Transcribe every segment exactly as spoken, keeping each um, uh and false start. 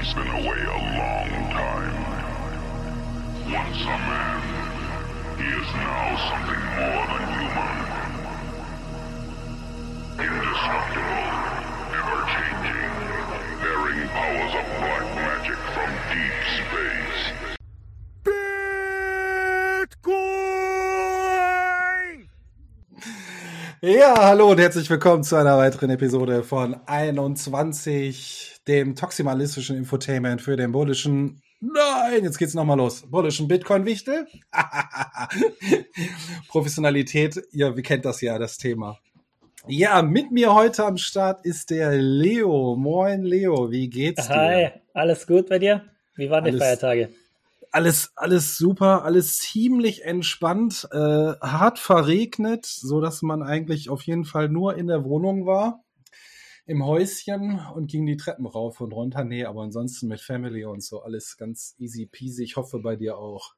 He's been away a long time. Once a man, he is now something more than human. Indestructible, ever-changing, bearing powers of black magic from deep space. Bitcoin! Ja, hallo und herzlich willkommen zu einer weiteren Episode von einundzwanzig, dem toximalistischen Infotainment für den bullischen, nein, jetzt geht's nochmal los, bullischen Bitcoin-Wichtel. Professionalität, ja, wir kennt das ja, das Thema. Ja, mit mir heute am Start ist der Leo. Moin Leo, wie geht's dir? Hi, alles gut bei dir? Wie waren die Alles- Feiertage? Alles, alles super, alles ziemlich entspannt, äh, hart verregnet, so dass man eigentlich auf jeden Fall nur in der Wohnung war, im Häuschen und ging die Treppen rauf und runter. Nee, aber ansonsten mit Family und so alles ganz easy peasy. Ich hoffe bei dir auch.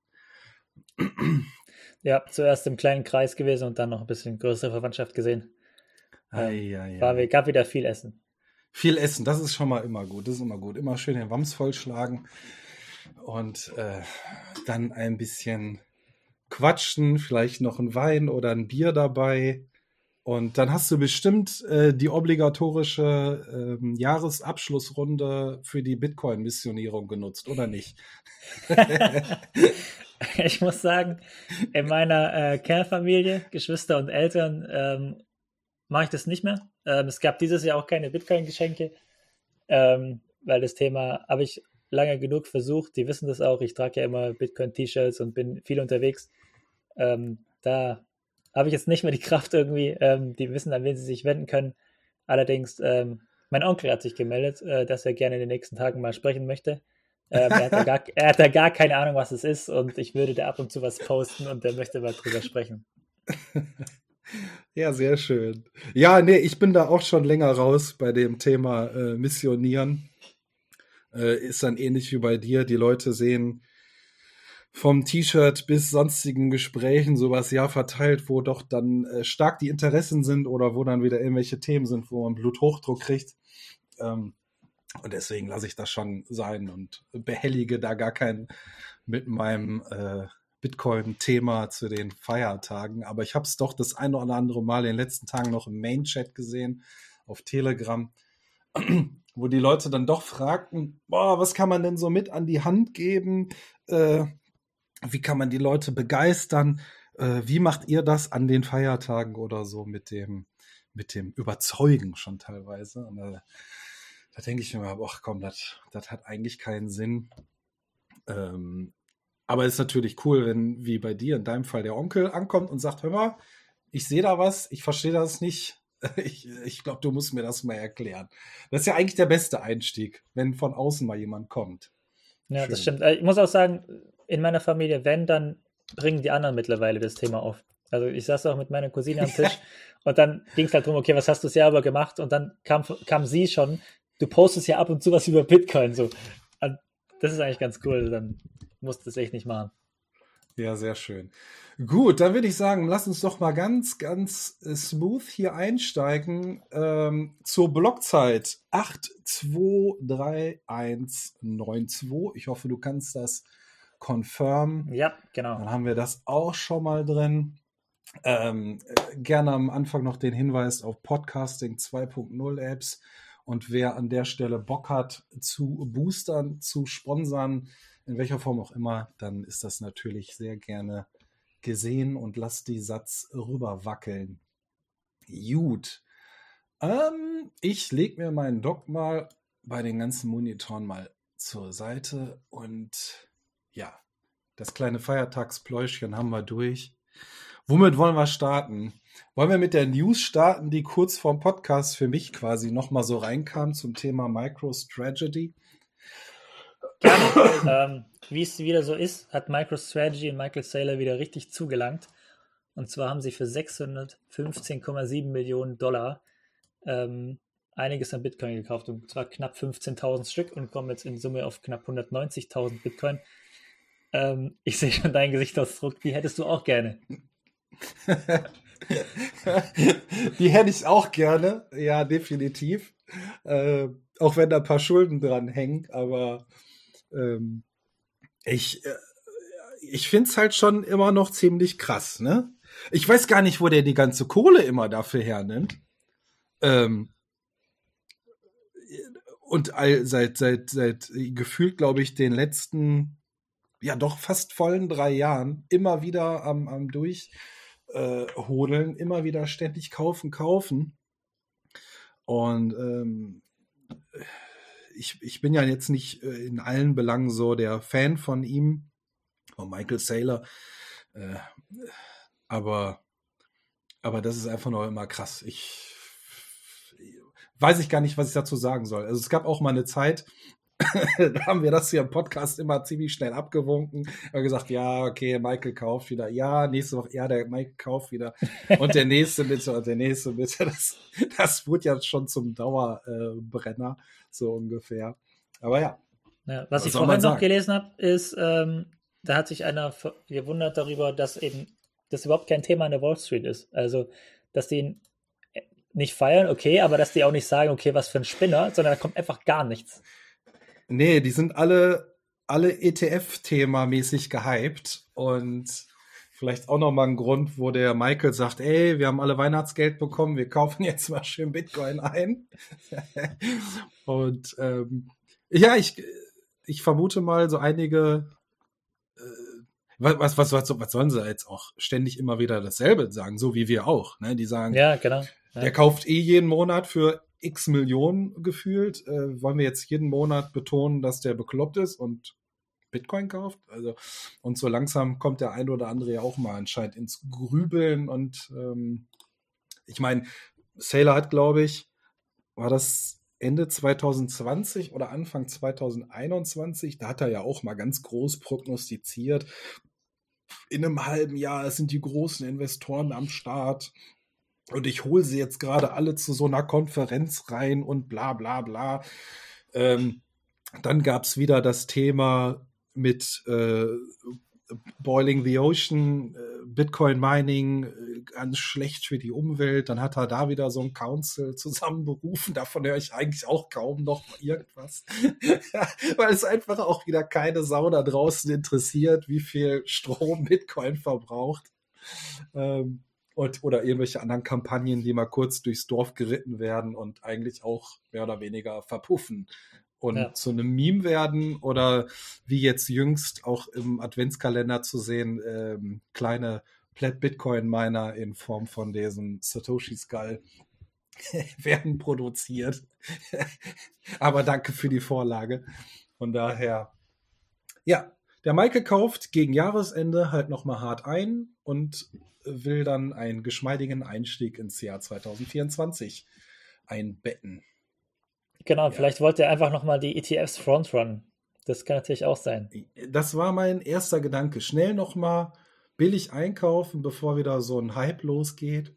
Ja, zuerst im kleinen Kreis gewesen und dann noch ein bisschen größere Verwandtschaft gesehen. Ei, ei, War, ei. gab wieder viel Essen. Viel essen, das ist schon mal immer gut. Das ist immer gut. Immer schön den Wams vollschlagen und äh, dann ein bisschen quatschen, vielleicht noch ein Wein oder ein Bier dabei. Und dann hast du bestimmt äh, die obligatorische ähm, Jahresabschlussrunde für die Bitcoin-Missionierung genutzt, oder nicht? Ich muss sagen, in meiner äh, Kernfamilie, Geschwister und Eltern, ähm, mache ich das nicht mehr. Ähm, es gab dieses Jahr auch keine Bitcoin-Geschenke, ähm, weil das Thema habe ich lange genug versucht. Die wissen das auch. Ich trage ja immer Bitcoin-T-Shirts und bin viel unterwegs. Ähm, da habe ich jetzt nicht mehr die Kraft irgendwie. Ähm, die wissen, an wen sie sich wenden können. Allerdings, ähm, mein Onkel hat sich gemeldet, äh, dass er gerne in den nächsten Tagen mal sprechen möchte. Ähm, er, hat da gar, er hat da gar keine Ahnung, was es ist, und ich würde da ab und zu was posten und der möchte mal drüber sprechen. Ja, sehr schön. Ja, nee, ich bin da auch schon länger raus bei dem Thema äh, Missionieren. Äh, ist dann ähnlich wie bei dir. Die Leute sehen vom T-Shirt bis sonstigen Gesprächen sowas ja verteilt, wo doch dann äh, stark die Interessen sind oder wo dann wieder irgendwelche Themen sind, wo man Bluthochdruck kriegt. Ähm, und deswegen lasse ich das schon sein und behellige da gar keinen mit meinem äh, Bitcoin-Thema zu den Feiertagen. Aber ich habe es doch das eine oder andere Mal in den letzten Tagen noch im Main-Chat gesehen, auf Telegram, wo die Leute dann doch fragten, boah, was kann man denn so mit an die Hand geben? Äh, wie kann man die Leute begeistern? Äh, wie macht ihr das an den Feiertagen oder so mit dem, mit dem Überzeugen schon teilweise? Und, äh, da denke ich mir, ach komm, das das hat eigentlich keinen Sinn. Ähm, aber es ist natürlich cool, wenn, wie bei dir in deinem Fall, der Onkel ankommt und sagt, hör mal, ich sehe da was, ich verstehe das nicht. Ich, ich glaube, du musst mir das mal erklären. Das ist ja eigentlich der beste Einstieg, wenn von außen mal jemand kommt. Ja, Schön. das stimmt. Äh, Ich muss auch sagen, in meiner Familie, wenn, dann bringen die anderen mittlerweile das Thema auf. Also ich saß auch mit meiner Cousine am Tisch und dann ging es halt drum, okay, was hast du das Jahr über gemacht? Und dann kam, kam sie schon, du postest ja ab und zu was über Bitcoin. So. Und das ist eigentlich ganz cool. Dann musst du das echt nicht machen. Ja, sehr schön. Gut, dann würde ich sagen, lass uns doch mal ganz, ganz äh, smooth hier einsteigen ähm, zur Blockzeit acht zwei drei eins neun zwei. Ich hoffe, du kannst das confirm. Ja, genau. Dann haben wir das auch schon mal drin. Ähm, äh, gerne am Anfang noch den Hinweis auf Podcasting zwei Punkt null Apps. Und wer an der Stelle Bock hat, zu boostern, zu sponsern, in welcher Form auch immer, dann ist das natürlich sehr gerne gesehen und lasst die Satz rüber wackeln. Gut. Ähm, ich lege mir meinen Dock mal bei den ganzen Monitoren mal zur Seite und ja, das kleine Feiertagspläuschchen haben wir durch. Womit wollen wir starten? Wollen wir mit der News starten, die kurz vorm Podcast für mich quasi nochmal so reinkam zum Thema MicroStrategy? ähm, Wie es wieder so ist, hat MicroStrategy und Michael Saylor wieder richtig zugelangt. Und zwar haben sie für sechshundertfünfzehn Komma sieben Millionen Dollar ähm, einiges an Bitcoin gekauft. Und zwar knapp fünfzehntausend Stück und kommen jetzt in Summe auf knapp hundertneunzigtausend Bitcoin. Ähm, ich sehe schon deinen Gesichtsausdruck, die hättest du auch gerne. Die hätte ich auch gerne, ja, definitiv. Äh, auch wenn da ein paar Schulden dran hängen, aber ähm, ich, äh, ich finde es halt schon immer noch ziemlich krass, ne? Ich weiß gar nicht, wo der die ganze Kohle immer dafür hernimmt. Ähm, und all, seit, seit, seit gefühlt, glaube ich, den letzten, ja doch fast vollen drei Jahren immer wieder am, am Durchhodeln, immer wieder ständig kaufen, kaufen. Und ähm, ich, ich bin ja jetzt nicht äh, in allen Belangen so der Fan von ihm, von Michael Saylor, äh, aber, aber das ist einfach noch immer krass. Ich weiß ich gar nicht, was ich dazu sagen soll. Also es gab auch mal eine Zeit, da haben wir das hier im Podcast immer ziemlich schnell abgewunken. Wir haben gesagt, ja, okay, Michael kauft wieder. Ja, nächste Woche, ja, der Michael kauft wieder. Und der nächste bitte und der nächste bitte. Das, das wurde ja schon zum Dauerbrenner, so ungefähr. Aber ja. Ja, was, Was ich soll vorhin man noch sagen? gelesen habe, ist, ähm, da hat sich einer ver- gewundert darüber, dass eben das überhaupt kein Thema an der Wall Street ist. Also, dass die ihn äh, nicht feiern, okay, aber dass die auch nicht sagen, okay, was für ein Spinner, sondern da kommt einfach gar nichts. Nee, die sind alle, alle E T F-Thema-mäßig gehypt und vielleicht auch nochmal ein Grund, wo der Michael sagt, ey, wir haben alle Weihnachtsgeld bekommen, wir kaufen jetzt mal schön Bitcoin ein. Und ähm, ja, ich, ich vermute mal, so einige, äh, was, was, was, was sollen sie jetzt auch ständig immer wieder dasselbe sagen, so wie wir auch, ne? Die sagen, Ja, genau. Ja. der kauft eh jeden Monat für x Millionen gefühlt. Äh, wollen wir jetzt jeden Monat betonen, dass der bekloppt ist und Bitcoin kauft? Also, und so langsam kommt der ein oder andere ja auch mal anscheinend ins Grübeln. Und ähm, ich meine, Saylor hat, glaube ich, war das Ende zwanzig zwanzig oder Anfang zwanzig einundzwanzig, da hat er ja auch mal ganz groß prognostiziert, in einem halben Jahr sind die großen Investoren am Start. Und ich hole sie jetzt gerade alle zu so einer Konferenz rein und bla bla bla. Ähm, dann gab es wieder das Thema mit äh, Boiling the Ocean, äh, Bitcoin Mining, äh, ganz schlecht für die Umwelt. Dann hat er da wieder so ein Council zusammenberufen. Davon höre ich eigentlich auch kaum noch irgendwas. Weil es einfach auch wieder keine Sau da draußen interessiert, wie viel Strom Bitcoin verbraucht. Ähm, Und, oder irgendwelche anderen Kampagnen, die mal kurz durchs Dorf geritten werden und eigentlich auch mehr oder weniger verpuffen und Ja. zu einem Meme werden oder wie jetzt jüngst auch im Adventskalender zu sehen, ähm, kleine Bitcoin-Miner in Form von diesem Satoshi-Skull werden produziert. Aber danke für die Vorlage. Von daher, ja, der Michael kauft gegen Jahresende halt nochmal hart ein und will dann einen geschmeidigen Einstieg ins Jahr zwanzig vierundzwanzig einbetten. Genau, Ja. vielleicht wollte er einfach nochmal die E T Fs frontrunnen. Das kann natürlich auch sein. Das war mein erster Gedanke. Schnell nochmal billig einkaufen, bevor wieder so ein Hype losgeht.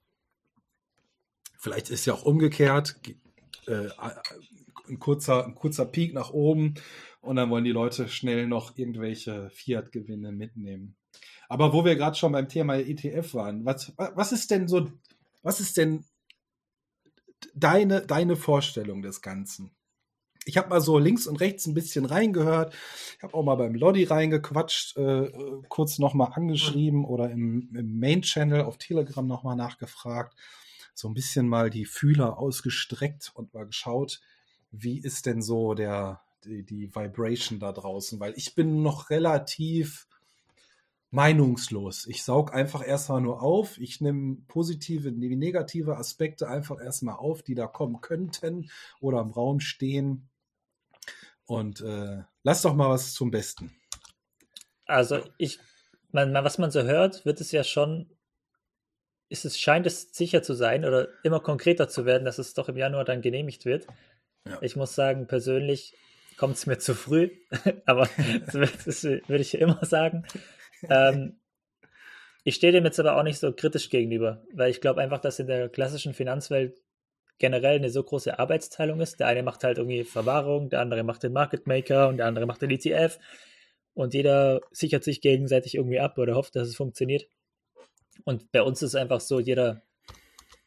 Vielleicht ist ja auch umgekehrt. Äh, ein, kurzer, ein kurzer Peak nach oben und dann wollen die Leute schnell noch irgendwelche Fiat-Gewinne mitnehmen. Aber wo wir gerade schon beim Thema E T F waren, was, was ist denn so, was ist denn deine, deine Vorstellung des Ganzen? Ich habe mal so links und rechts ein bisschen reingehört. Ich habe auch mal beim Lodi reingequatscht, äh, kurz nochmal angeschrieben oder im, im Main-Channel auf Telegram nochmal nachgefragt. So ein bisschen mal die Fühler ausgestreckt und mal geschaut, wie ist denn so der, die, die Vibration da draußen? Weil ich bin noch relativ meinungslos. Ich saug einfach erstmal nur auf. Ich nehme positive, negative Aspekte einfach erstmal auf, die da kommen könnten oder im Raum stehen. Und äh, lass doch mal was zum Besten. Also ich, man, was man so hört, wird es ja schon, ist es, scheint es sicher zu sein oder immer konkreter zu werden, dass es doch im Januar dann genehmigt wird. Ja. Ich muss sagen, persönlich kommt es mir zu früh, aber das, das würde ich immer sagen. Ähm, ich stehe dem jetzt aber auch nicht so kritisch gegenüber, weil ich glaube einfach, dass in der klassischen Finanzwelt generell eine so große Arbeitsteilung ist. Der eine macht halt irgendwie Verwahrung, der andere macht den Market Maker und der andere macht den E T F und jeder sichert sich gegenseitig irgendwie ab oder hofft, dass es funktioniert. Und bei uns ist es einfach so, jeder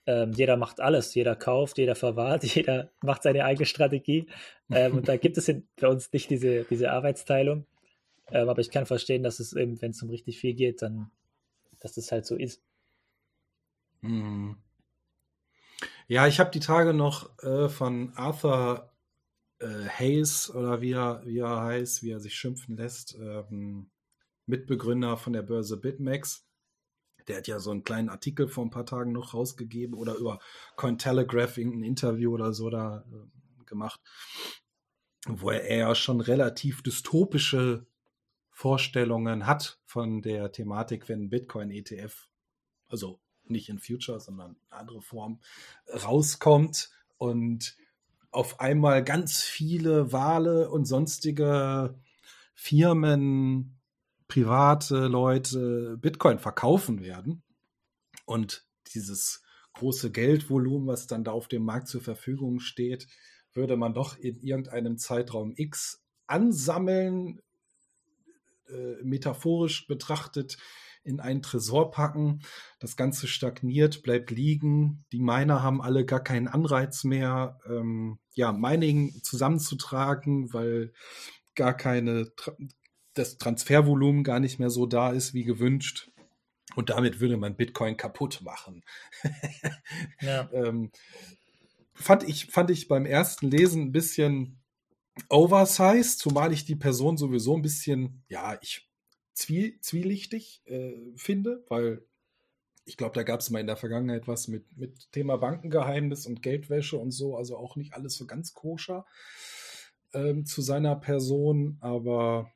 ähm, jeder macht alles, jeder kauft, jeder verwahrt, jeder macht seine eigene Strategie. Ähm, und da gibt es in, bei uns nicht diese, diese Arbeitsteilung. Ähm, aber ich kann verstehen, dass es eben, wenn es um richtig viel geht, dann, dass das halt so ist. Hm. Ja, ich habe die Tage noch äh, von Arthur äh, Hayes oder wie er, wie er heißt, wie er sich schimpfen lässt, ähm, Mitbegründer von der Börse BitMEX. Der hat ja so einen kleinen Artikel vor ein paar Tagen noch rausgegeben oder über Cointelegraph ein Interview oder so da äh, gemacht, wo er ja schon relativ dystopische Vorstellungen hat von der Thematik, wenn Bitcoin-E T F, also nicht in Future, sondern eine andere Form, rauskommt und auf einmal ganz viele Wale und sonstige Firmen, private Leute Bitcoin verkaufen werden. Und dieses große Geldvolumen, was dann da auf dem Markt zur Verfügung steht, würde man doch in irgendeinem Zeitraum X ansammeln, äh, metaphorisch betrachtet, in einen Tresor packen. Das Ganze stagniert, bleibt liegen. Die Miner haben alle gar keinen Anreiz mehr, ähm, ja, Mining zusammenzutragen, weil gar keine, das Transfervolumen gar nicht mehr so da ist wie gewünscht. Und damit würde man Bitcoin kaputt machen. Ja. ähm, fand ich, fand ich beim ersten Lesen ein bisschen oversized, zumal ich die Person sowieso ein bisschen, ja, ich zwie, zwielichtig äh, finde, weil ich glaube, da gab es mal in der Vergangenheit was mit, mit Thema Bankengeheimnis und Geldwäsche und so, also auch nicht alles so ganz koscher ähm, zu seiner Person, aber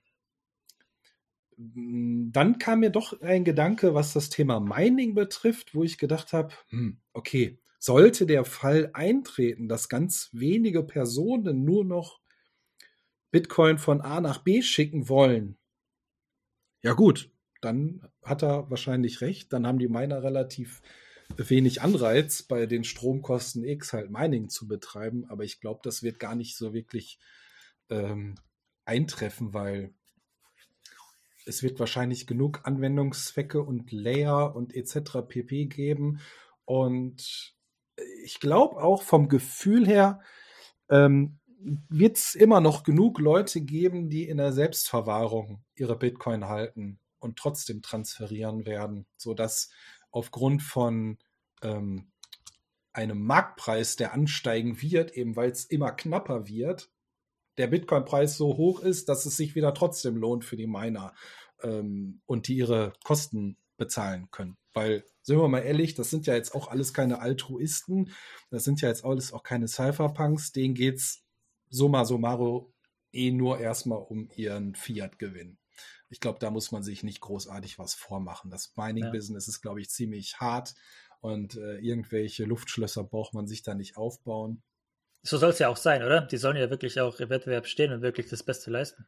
mh, dann kam mir doch ein Gedanke, was das Thema Mining betrifft, wo ich gedacht habe, hm, okay, sollte der Fall eintreten, dass ganz wenige Personen nur noch Bitcoin von A nach B schicken wollen, ja gut, dann hat er wahrscheinlich recht. Dann haben die Miner relativ wenig Anreiz, bei den Stromkosten X halt Mining zu betreiben. Aber ich glaube, das wird gar nicht so wirklich ähm, eintreffen, weil es wird wahrscheinlich genug Anwendungszwecke und Layer und et cetera pp. Geben. Und ich glaube auch vom Gefühl her, ähm, wird es immer noch genug Leute geben, die in der Selbstverwahrung ihre Bitcoin halten und trotzdem transferieren werden, sodass aufgrund von ähm, einem Marktpreis, der ansteigen wird, eben weil es immer knapper wird, der Bitcoin-Preis so hoch ist, dass es sich wieder trotzdem lohnt für die Miner ähm, und die ihre Kosten bezahlen können. Weil, sind wir mal ehrlich, das sind ja jetzt auch alles keine Altruisten, das sind ja jetzt alles auch keine Cypherpunks, denen geht's summa summarum eh nur erstmal um ihren Fiat-Gewinn. Ich glaube, da muss man sich nicht großartig was vormachen. Das Mining-Business ja. ist, glaube ich, ziemlich hart und äh, irgendwelche Luftschlösser braucht man sich da nicht aufbauen. So soll es ja auch sein, oder? Die sollen ja wirklich auch im Wettbewerb stehen und wirklich das Beste leisten.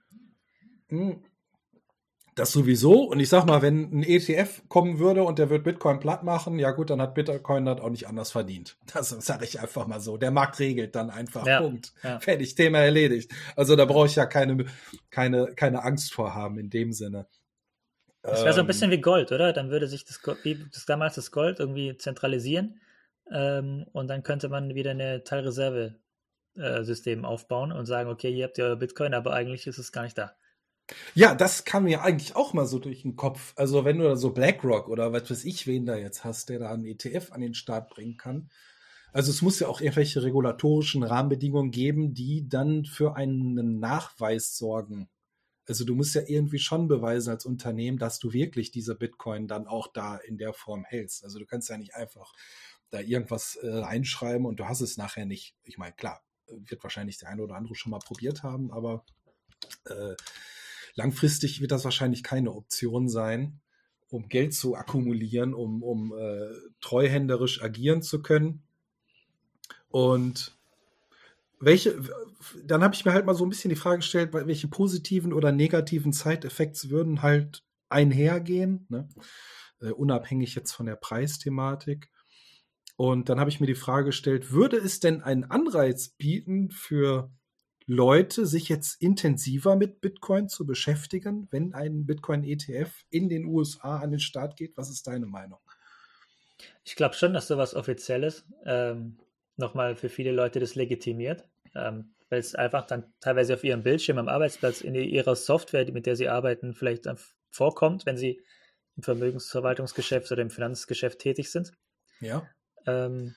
Das sowieso. Und ich sag mal, wenn ein E T F kommen würde und der wird Bitcoin platt machen, ja gut, dann hat Bitcoin das auch nicht anders verdient. Das sage ich einfach mal so. Der Markt regelt dann einfach. Ja, Punkt. Ja. Fertig, Thema erledigt. Also da brauche ich ja keine, keine, keine Angst vor haben in dem Sinne. Das wäre ähm, so ein bisschen wie Gold, oder? Dann würde sich das, wie das damals das Gold irgendwie zentralisieren ähm, und dann könnte man wieder eine Teilreserve-System aufbauen und sagen, okay, hier habt ihr euer Bitcoin, aber eigentlich ist es gar nicht da. Ja, das kam mir eigentlich auch mal so durch den Kopf. Also wenn du da so BlackRock oder was weiß ich, wen da jetzt hast, der da einen E T F an den Start bringen kann. Also es muss ja auch irgendwelche regulatorischen Rahmenbedingungen geben, die dann für einen Nachweis sorgen. Also du musst ja irgendwie schon beweisen als Unternehmen, dass du wirklich diese Bitcoin dann auch da in der Form hältst. Also du kannst ja nicht einfach da irgendwas äh, reinschreiben und du hast es nachher nicht. Ich meine, klar, wird wahrscheinlich der eine oder andere schon mal probiert haben, aber äh, langfristig wird das wahrscheinlich keine Option sein, um Geld zu akkumulieren, um, um äh, treuhänderisch agieren zu können. Und welche, dann habe ich mir halt mal so ein bisschen die Frage gestellt, welche positiven oder negativen Side-Effects würden halt einhergehen, ne? äh, unabhängig jetzt von der Preisthematik. Und dann habe ich mir die Frage gestellt, würde es denn einen Anreiz bieten für Leute, sich jetzt intensiver mit Bitcoin zu beschäftigen, wenn ein Bitcoin-E T F in den U S A an den Start geht? Was ist deine Meinung? Ich glaube schon, dass sowas Offizielles ähm, nochmal für viele Leute das legitimiert, ähm, weil es einfach dann teilweise auf ihrem Bildschirm am Arbeitsplatz in ihrer Software, mit der sie arbeiten, vielleicht vorkommt, wenn sie im Vermögensverwaltungsgeschäft oder im Finanzgeschäft tätig sind. Ja. Ähm,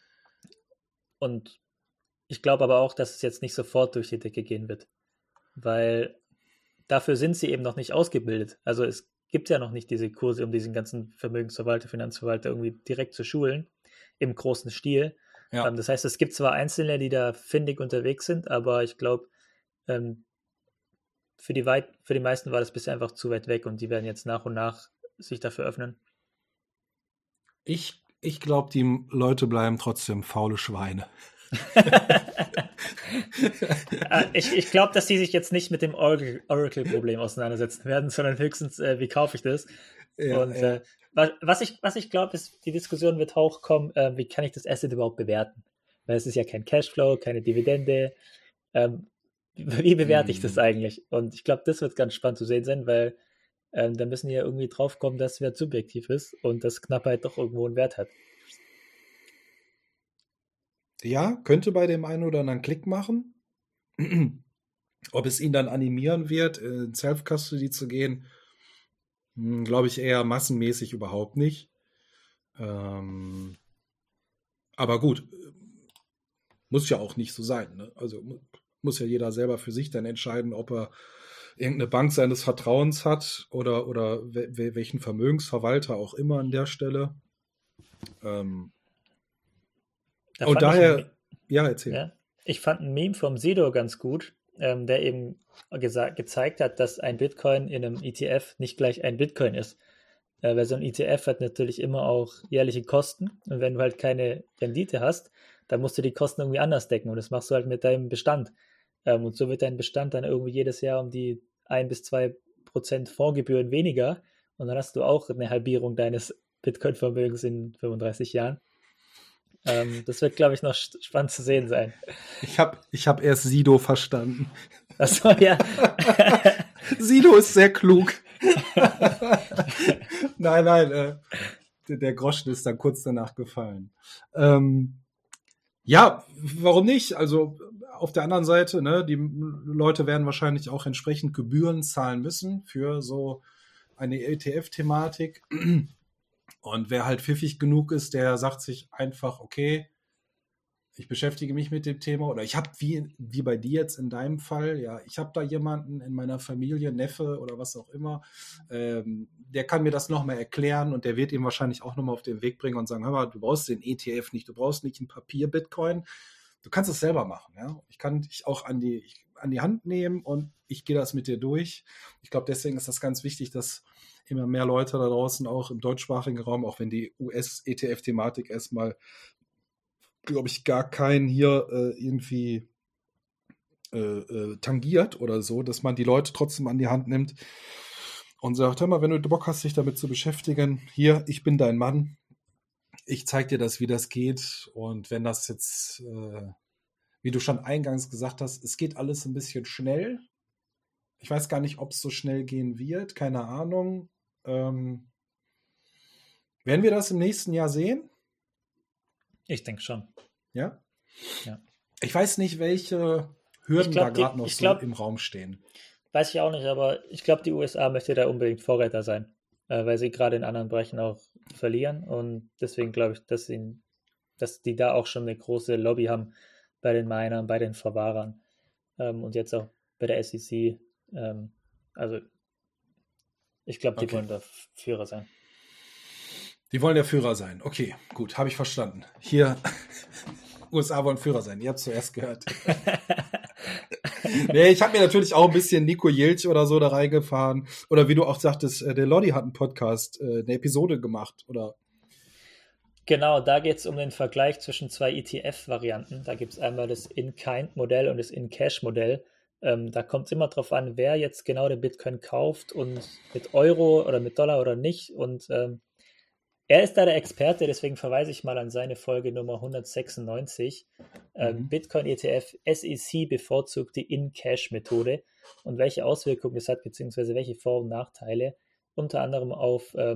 und ich glaube aber auch, dass es jetzt nicht sofort durch die Decke gehen wird, weil dafür sind sie eben noch nicht ausgebildet. Also es gibt ja noch nicht diese Kurse, um diesen ganzen Vermögensverwalter, Finanzverwalter irgendwie direkt zu schulen, im großen Stil. Ja. Ähm, das heißt, es gibt zwar Einzelne, die da findig unterwegs sind, aber ich glaube, ähm, für die weit, für die meisten war das bisher einfach zu weit weg und die werden jetzt nach und nach sich dafür öffnen. Ich, ich glaube, die Leute bleiben trotzdem faule Schweine. ich ich glaube, dass die sich jetzt nicht mit dem Oracle- Oracle-Problem auseinandersetzen werden, sondern höchstens, äh, wie kaufe ich das? Ja, und ja. Äh, was, was ich, was ich glaube, ist, die Diskussion wird hochkommen, äh, wie kann ich das Asset überhaupt bewerten? Weil es ist ja kein Cashflow, keine Dividende. Ähm, wie bewerte ich das Hm. eigentlich? Und ich glaube, das wird ganz spannend zu sehen sein, weil ähm, da müssen die ja irgendwie drauf kommen, dass Wert subjektiv ist und dass Knappheit doch irgendwo einen Wert hat. Ja, könnte bei dem einen oder anderen Klick machen. Ob es ihn dann animieren wird, in Self-Custody zu gehen, glaube ich eher massenmäßig überhaupt nicht. Ähm, aber gut, muss ja auch nicht so sein. Ne? Also mu- muss ja jeder selber für sich dann entscheiden, ob er irgendeine Bank seines Vertrauens hat oder, oder we- we- welchen Vermögensverwalter auch immer an der Stelle. Ähm, Da und fand ich ein, daher, ja, erzähl. ja, ich fand ein Meme vom Sido ganz gut, ähm, der eben gesa- gezeigt hat, dass ein Bitcoin in einem E T F nicht gleich ein Bitcoin ist. Äh, weil so ein E T F hat natürlich immer auch jährliche Kosten und wenn du halt keine Rendite hast, dann musst du die Kosten irgendwie anders decken und das machst du halt mit deinem Bestand. Ähm, und so wird dein Bestand dann irgendwie jedes Jahr um die ein bis zwei Prozent Fondsgebühren weniger und dann hast du auch eine Halbierung deines Bitcoin-Vermögens in fünfunddreißig Jahren. Ähm, das wird, glaube ich, noch st- spannend zu sehen sein. Ich habe ich hab erst Sido verstanden. Achso, ja. Sido ist sehr klug. nein, nein, äh, der, der Groschen ist dann kurz danach gefallen. Ähm, ja, warum nicht? Also auf der anderen Seite, ne, die Leute werden wahrscheinlich auch entsprechend Gebühren zahlen müssen für so eine E T F-Thematik. Und wer halt pfiffig genug ist, der sagt sich einfach, okay, ich beschäftige mich mit dem Thema oder ich habe, wie, wie bei dir jetzt in deinem Fall, ja, ich habe da jemanden in meiner Familie, Neffe oder was auch immer, ähm, der kann mir das nochmal erklären und der wird ihm wahrscheinlich auch nochmal auf den Weg bringen und sagen, hör mal, du brauchst den E T F nicht, du brauchst nicht ein Papier-Bitcoin, du kannst es selber machen, ja. Ich kann dich auch an die, an die Hand nehmen und ich gehe das mit dir durch. Ich glaube, deswegen ist das ganz wichtig, dass immer mehr Leute da draußen auch im deutschsprachigen Raum, auch wenn die U S-E T F-Thematik erstmal, glaube ich, gar keinen hier äh, irgendwie äh, äh, tangiert oder so, dass man die Leute trotzdem an die Hand nimmt und sagt, hör mal, wenn du Bock hast, dich damit zu beschäftigen, hier, ich bin dein Mann, ich zeig dir das, wie das geht und wenn das jetzt, äh, wie du schon eingangs gesagt hast, es geht alles ein bisschen schnell. Ich weiß gar nicht, ob es so schnell gehen wird, keine Ahnung. Ähm, werden wir das im nächsten Jahr sehen? Ich denke schon. Ja? Ja. Ich weiß nicht, welche Hürden glaub, da gerade die- noch ich so glaub- im Raum stehen. Weiß ich auch nicht, aber ich glaube, die U S A möchte da unbedingt Vorreiter sein, äh, weil sie gerade in anderen Bereichen auch verlieren und deswegen glaube ich, dass, sie, dass die da auch schon eine große Lobby haben bei den Minern, bei den Verwahrern ähm, und jetzt auch bei der S E C. Ähm, also ich glaube, die Okay. wollen da Führer sein. Die wollen der Führer sein. Okay, gut, habe ich verstanden. Hier, U S A wollen Führer sein. Ihr habt zuerst gehört. Nee, ich habe mir natürlich auch ein bisschen Nico Jelch oder so da reingefahren. Oder wie du auch sagtest, äh, der Lodi hat einen Podcast, äh, eine Episode gemacht. Oder Genau, da geht es um den Vergleich zwischen zwei E T F-Varianten. Da gibt es einmal das In-Kind-Modell und das In-Cash-Modell. Ähm, da kommt es immer darauf an, wer jetzt genau den Bitcoin kauft und mit Euro oder mit Dollar oder nicht. Und ähm, er ist da der Experte, deswegen verweise ich mal an seine Folge Nummer hundertsechsundneunzig. Ähm, Mhm. Bitcoin-E T F S E C bevorzugt die In-Cash-Methode und welche Auswirkungen es hat, beziehungsweise welche Vor- und Nachteile, unter anderem auf ähm,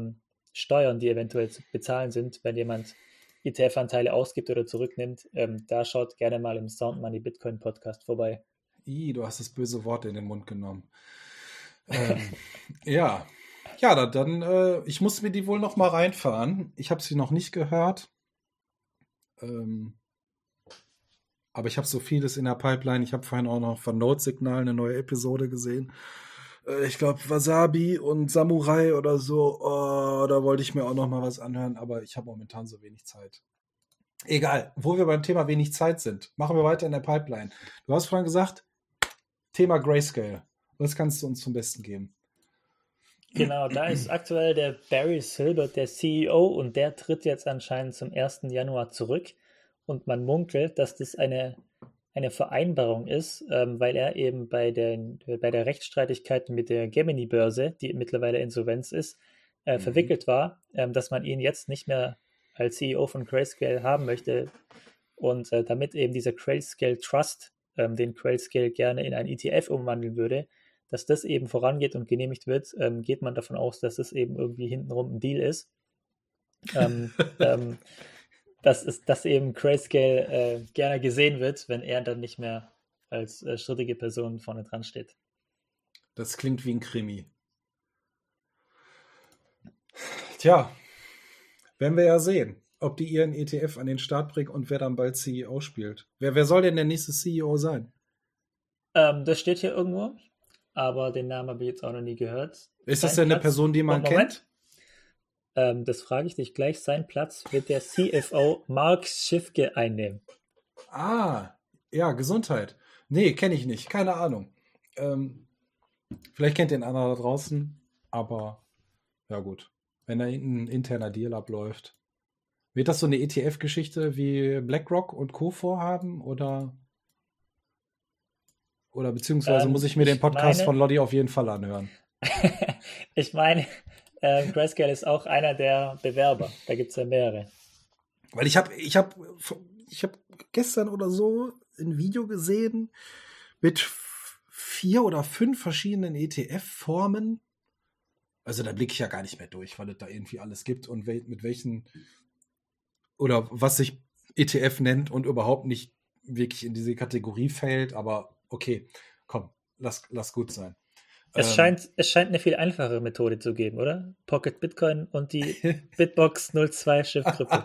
Steuern, die eventuell zu bezahlen sind, wenn jemand E T F-Anteile ausgibt oder zurücknimmt. Ähm, da schaut gerne mal im Sound Money Bitcoin Podcast vorbei. I, du hast das böse Wort in den Mund genommen. ähm, ja, ja, dann, dann äh, ich muss mir die wohl noch mal reinfahren. Ich habe sie noch nicht gehört. Ähm, aber ich habe so vieles in der Pipeline. Ich habe vorhin auch noch von Notsignal eine neue Episode gesehen. Äh, ich glaube Wasabi und Samurai oder so. Oh, da wollte ich mir auch noch mal was anhören, aber ich habe momentan so wenig Zeit. Egal, wo wir beim Thema wenig Zeit sind, machen wir weiter in der Pipeline. Du hast vorhin gesagt, Thema Grayscale. Was kannst du uns zum Besten geben? Genau, da ist aktuell der Barry Silbert, der C E O, und der tritt jetzt anscheinend zum ersten Januar zurück. Und man munkelt, dass das eine, eine Vereinbarung ist, ähm, weil er eben bei, den, bei der Rechtsstreitigkeit mit der Gemini-Börse, die mittlerweile Insolvenz ist, äh, mhm. verwickelt war, ähm, dass man ihn jetzt nicht mehr als C E O von Grayscale haben möchte. Und äh, damit eben dieser Grayscale Trust, ähm, den Grayscale gerne in ein E T F umwandeln würde, dass das eben vorangeht und genehmigt wird, ähm, geht man davon aus, dass es eben irgendwie hintenrum ein Deal ist. ähm, ähm, dass, es, dass eben Grayscale äh, gerne gesehen wird, wenn er dann nicht mehr als äh, strittige Person vorne dran steht. Das klingt wie ein Krimi. Tja, werden wir ja sehen, ob die ihren E T F an den Start bringen und wer dann bald C E O spielt. Wer, wer soll denn der nächste C E O sein? Ähm, das steht hier irgendwo, aber den Namen habe ich jetzt auch noch nie gehört. Ist das denn eine Person, die man Moment. kennt? Ähm, das frage ich dich gleich. Sein Platz wird der C F O Mark Schiffke einnehmen. Ah, ja, Gesundheit. Nee, kenne ich nicht. Keine Ahnung. Ähm, vielleicht kennt den einer da draußen, aber ja gut. Wenn da ein interner Deal abläuft. Wird das so eine E T F-Geschichte wie BlackRock und Co. vorhaben? Oder, oder beziehungsweise Ähm, muss ich mir den ich Podcast meine- von Lodi auf jeden Fall anhören? Ich meine, äh, Grayscale ist auch einer der Bewerber. Da gibt es ja mehrere. Weil ich habe ich hab, ich hab gestern oder so ein Video gesehen mit f- vier oder fünf verschiedenen E T F-Formen. Also da blicke ich ja gar nicht mehr durch, weil es da irgendwie alles gibt und wel- mit welchen oder was sich E T F nennt und überhaupt nicht wirklich in diese Kategorie fällt. Aber okay, komm, lass, lass gut sein. Es, Ähm, scheint, es scheint eine viel einfachere Methode zu geben, oder? Pocket Bitcoin und die Bitbox null zwei Shift Crypto.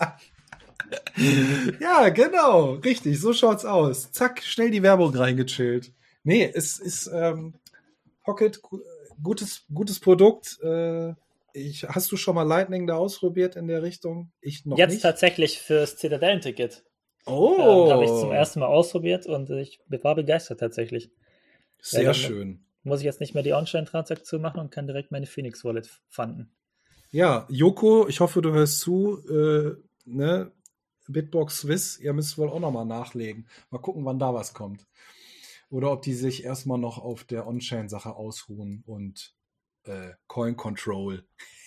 Ja, genau, richtig, so schaut's aus. Zack, schnell die Werbung reingechillt. Nee, es ist ähm, Pocket, gu- gutes, gutes Produkt. Äh, ich, hast du schon mal Lightning da ausprobiert in der Richtung? Ich noch Jetzt nicht. tatsächlich fürs Zitadellen-Ticket. Oh, Ähm, habe ich zum ersten Mal ausprobiert und ich war begeistert tatsächlich. sehr dann- schön. Muss ich jetzt nicht mehr die On-Chain-Transaktion machen und kann direkt meine Phoenix Wallet fanden. Ja, Joko, ich hoffe, du hörst zu. Äh, ne? Bitbox Swiss, ihr müsst wohl auch noch mal nachlegen. Mal gucken, wann da was kommt. Oder ob die sich erstmal noch auf der On-Chain-Sache ausruhen und äh, Coin Control.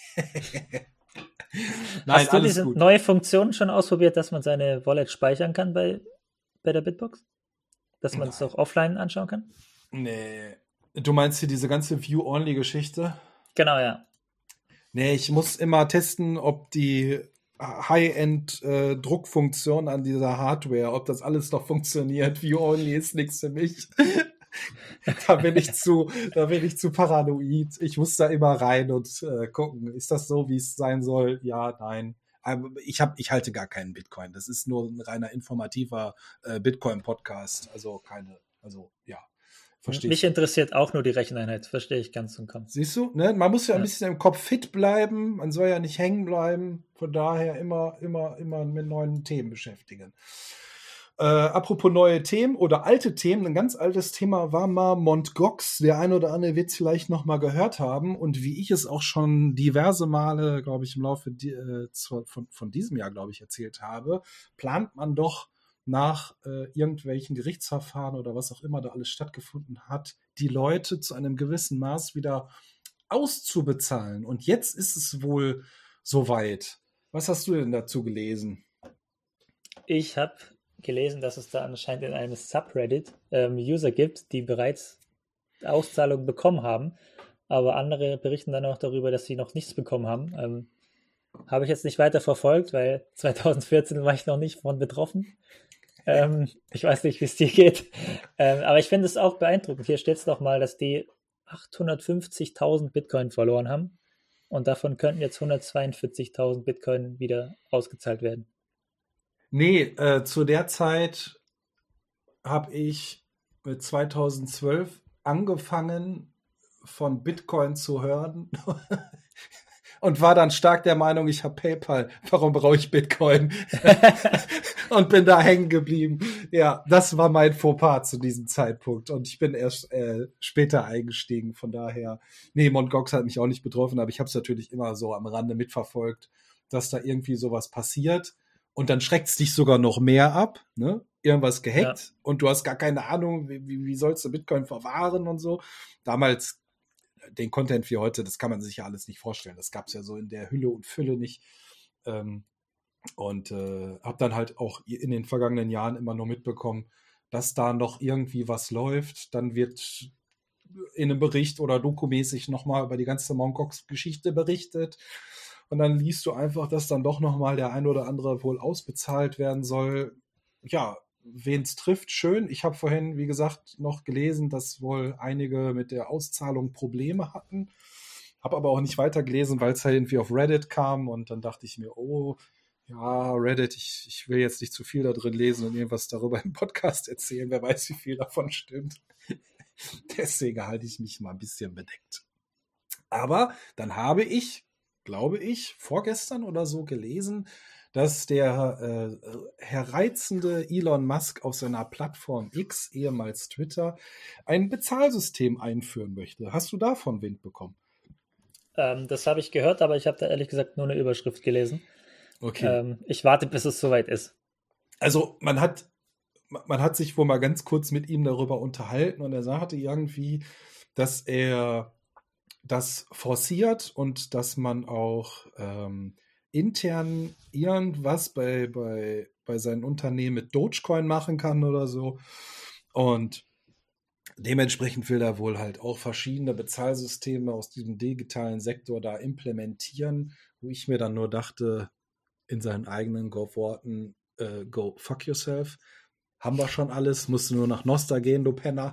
Nein, Hast du alles diese gut. neue Funktion schon ausprobiert, dass man seine Wallet speichern kann bei, bei der Bitbox? Dass man es Nein. auch offline anschauen kann? Nee. Du meinst hier diese ganze View-Only-Geschichte? Genau, ja. Nee, ich muss immer testen, ob die High-End-Druckfunktion an dieser Hardware, ob das alles noch funktioniert. View-Only ist nichts für mich. da bin ich zu, da bin ich zu paranoid. Ich muss da immer rein und äh, gucken, ist das so, wie es sein soll? Ja, nein. Aber ich hab, ich halte gar keinen Bitcoin. Das ist nur ein reiner informativer äh, Bitcoin-Podcast. Also keine, also ja. Verstehe Mich ich. interessiert auch nur die Recheneinheit, verstehe ich ganz und ganz. Siehst du, ne? Man muss ja ein Ja. bisschen im Kopf fit bleiben, man soll ja nicht hängen bleiben, von daher immer, immer, immer mit neuen Themen beschäftigen. Äh, apropos neue Themen oder alte Themen, ein ganz altes Thema war mal Mt. Gox. Der ein oder andere wird es vielleicht noch mal gehört haben und wie ich es auch schon diverse Male, glaube ich, im Laufe die, äh, zu, von, von diesem Jahr, glaube ich, erzählt habe, plant man doch nach äh, irgendwelchen Gerichtsverfahren oder was auch immer da alles stattgefunden hat, die Leute zu einem gewissen Maß wieder auszubezahlen. Und jetzt ist es wohl soweit. Was hast du denn dazu gelesen? Ich habe gelesen, dass es da anscheinend in einem Subreddit ähm, User gibt, die bereits Auszahlungen bekommen haben aber andere berichten dann auch darüber, dass sie noch nichts bekommen haben. Ähm, habe ich jetzt nicht weiter verfolgt, weil zwanzig vierzehn war ich noch nicht von betroffen. Ähm, ich weiß nicht, wie es dir geht. Ähm, aber ich finde es auch beeindruckend. Hier steht es nochmal, dass die achthundertfünfzigtausend Bitcoin verloren haben und davon könnten jetzt hundertzweiundvierzigtausend Bitcoin wieder ausgezahlt werden. Nee, äh, zu der Zeit habe ich mit zweitausendzwölf angefangen, von Bitcoin zu hören und war dann stark der Meinung, ich habe PayPal, warum brauche ich Bitcoin? Und bin da hängen geblieben. Ja, das war mein Fauxpas zu diesem Zeitpunkt und ich bin erst äh, später eingestiegen, von daher, nee, Mt. Gox hat mich auch nicht betroffen, aber ich habe es natürlich immer so am Rande mitverfolgt, dass da irgendwie sowas passiert und dann schreckt es dich sogar noch mehr ab, ne? Irgendwas gehackt Ja. und du hast gar keine Ahnung, wie, wie, wie sollst du Bitcoin verwahren und so. Damals den Content wie heute, das kann man sich ja alles nicht vorstellen. Das gab es ja so in der Hülle und Fülle nicht. Ähm, und äh, habe dann halt auch in den vergangenen Jahren immer nur mitbekommen, dass da noch irgendwie was läuft. Dann wird in einem Bericht oder dokumäßig nochmal über die ganze Mt. Gox-Geschichte berichtet. Und dann liest du einfach, dass dann doch nochmal der ein oder andere wohl ausbezahlt werden soll. Ja, wen es trifft, schön. Ich habe vorhin, wie gesagt, noch gelesen, dass wohl einige mit der Auszahlung Probleme hatten. Habe aber auch nicht weiter gelesen, weil es halt irgendwie auf Reddit kam. Und dann dachte ich mir, oh, ja, Reddit, ich, ich will jetzt nicht zu viel da drin lesen und irgendwas darüber im Podcast erzählen. Wer weiß, wie viel davon stimmt. Deswegen halte ich mich mal ein bisschen bedeckt. Aber dann habe ich, glaube ich, vorgestern oder so gelesen, dass der äh, herreizende Elon Musk auf seiner Plattform X, ehemals Twitter, ein Bezahlsystem einführen möchte. Hast du davon Wind bekommen? Ähm, das habe ich gehört, aber ich habe da ehrlich gesagt nur eine Überschrift gelesen. Okay. Ähm, ich warte, bis es soweit ist. Also man hat, man hat sich wohl mal ganz kurz mit ihm darüber unterhalten und er sagte irgendwie, dass er das forciert und dass man auch ähm, intern irgendwas bei, bei, bei seinen Unternehmen mit Dogecoin machen kann oder so. Und dementsprechend will er wohl halt auch verschiedene Bezahlsysteme aus diesem digitalen Sektor da implementieren, wo ich mir dann nur dachte, in seinen eigenen Worten, äh, go fuck yourself. Haben wir schon alles, musst du nur nach Nostra gehen, du Penner.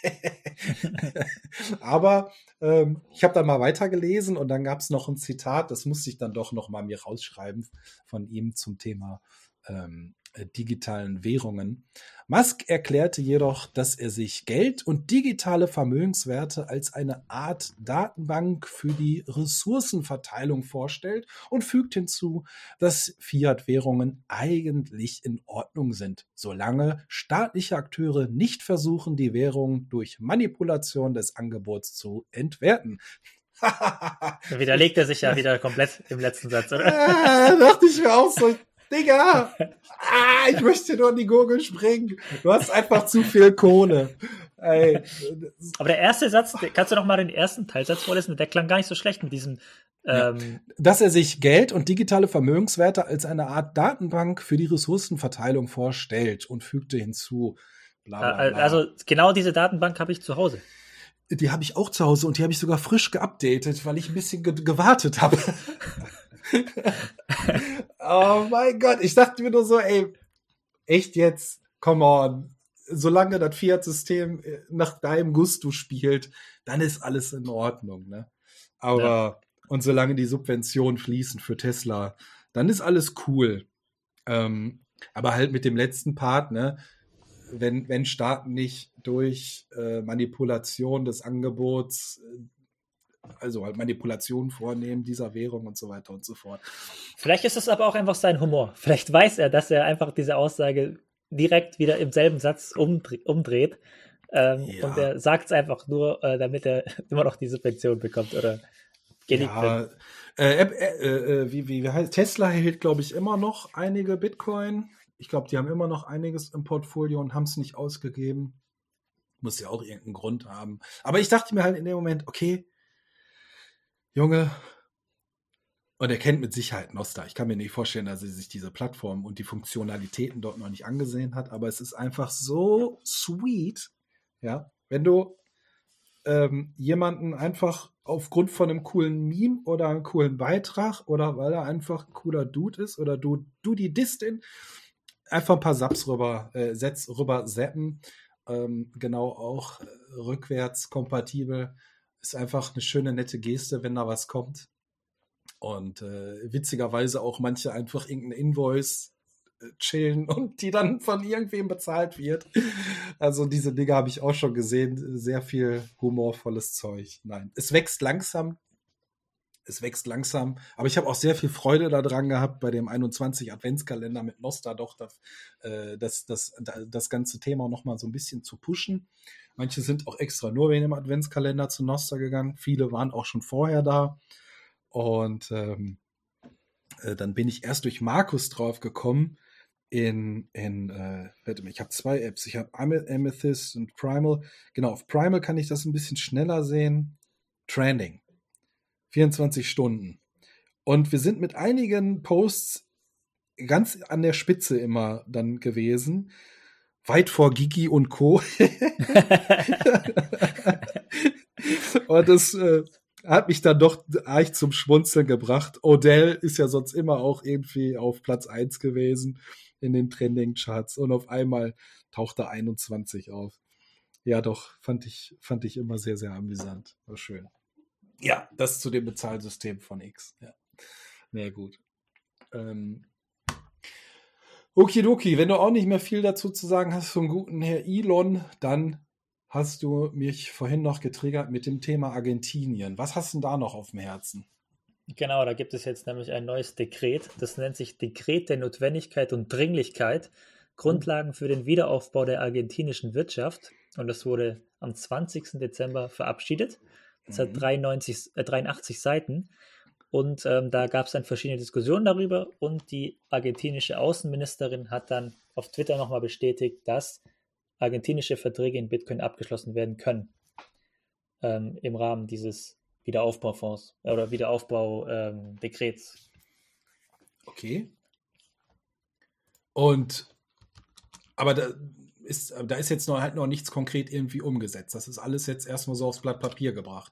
Aber ähm, ich habe dann mal weitergelesen und dann gab es noch ein Zitat, das musste ich dann doch noch mal mir rausschreiben von ihm zum Thema ähm, digitalen Währungen. Musk erklärte jedoch, dass er sich Geld und digitale Vermögenswerte als eine Art Datenbank für die Ressourcenverteilung vorstellt und fügt hinzu, dass Fiat-Währungen eigentlich in Ordnung sind, solange staatliche Akteure nicht versuchen, die Währung durch Manipulation des Angebots zu entwerten. Da widerlegt er sich ja wieder komplett im letzten Satz, oder? Ah, dachte ich mir auch so, Digga, ah, ich möchte nur in die Gurgel springen. Du hast einfach zu viel Kohle. Ey. Aber der erste Satz, kannst du noch mal den ersten Teilsatz vorlesen? Der klang gar nicht so schlecht mit diesem. Ähm, ja. Dass er sich Geld und digitale Vermögenswerte als eine Art Datenbank für die Ressourcenverteilung vorstellt und fügte hinzu. Bla, bla, bla. Also genau diese Datenbank habe ich zu Hause. Die habe ich auch zu Hause und die habe ich sogar frisch geupdatet, weil ich ein bisschen ge- gewartet habe. Oh mein Gott, ich dachte mir nur so, ey, echt jetzt, come on. Solange das Fiat-System nach deinem Gusto spielt, dann ist alles in Ordnung, ne? Aber, ja. Und solange die Subventionen fließen für Tesla, dann ist alles cool. Ähm, aber halt mit dem letzten Part, ne? Wenn, wenn Staaten nicht durch äh, Manipulation des Angebots, äh, also halt Manipulationen vornehmen dieser Währung und so weiter und so fort. Vielleicht ist es aber auch einfach sein Humor. Vielleicht weiß er, dass er einfach diese Aussage direkt wieder im selben Satz umdre- umdreht. Ähm, ja. Und er sagt es einfach nur, äh, damit er immer noch die Subvention bekommt oder geliebt ja, wird. Äh, äh, äh, wie, wie, wie heißt Tesla hält, glaube ich, immer noch einige Bitcoin. Ich glaube, die haben immer noch einiges im Portfolio und haben es nicht ausgegeben. Muss ja auch irgendeinen Grund haben. Aber ich dachte mir halt in dem Moment, okay, Junge, und er kennt mit Sicherheit Nostra. Ich kann mir nicht vorstellen, dass er sich diese Plattform und die Funktionalitäten dort noch nicht angesehen hat, aber es ist einfach so sweet, ja, wenn du ähm, jemanden einfach aufgrund von einem coolen Meme oder einem coolen Beitrag oder weil er einfach ein cooler Dude ist oder du, du die Distin, einfach ein paar Subs rüber, äh, Sets rüber zappen. Ähm, genau auch äh, rückwärts kompatibel. Ist einfach eine schöne, nette Geste, wenn da was kommt. Und äh, witzigerweise auch manche einfach irgendeinen Invoice äh, chillen und die dann von irgendwem bezahlt wird. Also diese Dinge habe ich auch schon gesehen. Sehr viel humorvolles Zeug. Nein, es wächst langsam. Es wächst langsam. Aber ich habe auch sehr viel Freude daran gehabt, bei dem einundzwanzig Adventskalender mit Nostra doch das, äh, das, das, das ganze Thema noch mal so ein bisschen zu pushen. Manche sind auch extra nur wegen dem Adventskalender zu Nostra gegangen. Viele waren auch schon vorher da. Und ähm, äh, dann bin ich erst durch Markus drauf gekommen in, in äh, warte mal, ich habe zwei Apps. Ich habe Amethyst und Primal. Genau, auf Primal kann ich das ein bisschen schneller sehen. Trending. vierundzwanzig Stunden. Und wir sind mit einigen Posts ganz an der Spitze immer dann gewesen. Weit vor Gigi und Co. Und das äh, hat mich dann doch eigentlich zum Schmunzeln gebracht. Odell ist ja sonst immer auch irgendwie auf Platz eins gewesen in den Trending-Charts. Und auf einmal taucht da einundzwanzig auf. Ja, doch, fand ich, fand ich immer sehr, sehr amüsant. War schön. Ja, das zu dem Bezahlsystem von X. Ja, sehr gut. Ähm. Okidoki, wenn du auch nicht mehr viel dazu zu sagen hast vom guten Herr Elon, dann hast du mich vorhin noch getriggert mit dem Thema Argentinien. Was hast du denn da noch auf dem Herzen? Genau, da gibt es jetzt nämlich ein neues Dekret. Das nennt sich Dekret der Notwendigkeit und Dringlichkeit. Grundlagen für den Wiederaufbau der argentinischen Wirtschaft. Und das wurde am zwanzigsten Dezember verabschiedet. Das hat dreiundneunzig, äh, dreiundachtzig Seiten. Und ähm, da gab es dann verschiedene Diskussionen darüber. Und die argentinische Außenministerin hat dann auf Twitter nochmal bestätigt, dass argentinische Verträge in Bitcoin abgeschlossen werden können. Ähm, im Rahmen dieses Wiederaufbaufonds äh, oder Wiederaufbau-Dekrets. Ähm, okay. Und aber da ist, da ist jetzt noch halt noch nichts konkret irgendwie umgesetzt. Das ist alles jetzt erstmal so aufs Blatt Papier gebracht.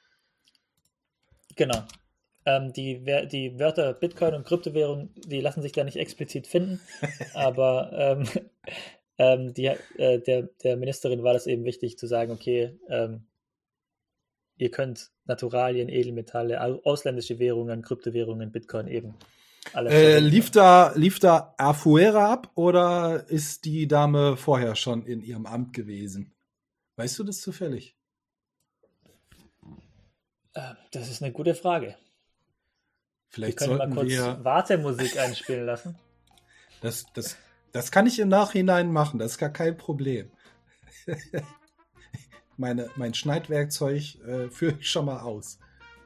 Genau. Ähm, die, die Wörter Bitcoin und Kryptowährung, die lassen sich da nicht explizit finden, aber ähm, ähm, die, äh, der, der Ministerin war das eben wichtig zu sagen, okay, ähm, ihr könnt Naturalien, Edelmetalle, ausländische Währungen, Kryptowährungen, Bitcoin eben. Alles äh, lief da, lief da Afuera ab oder ist die Dame vorher schon in ihrem Amt gewesen? Weißt du das zufällig? Äh, das ist eine gute Frage. Vielleicht wir können sollten mal kurz wir Wartemusik einspielen lassen. Das, das, das kann ich im Nachhinein machen, das ist gar kein Problem. Meine, mein Schneidwerkzeug äh, führe ich schon mal aus.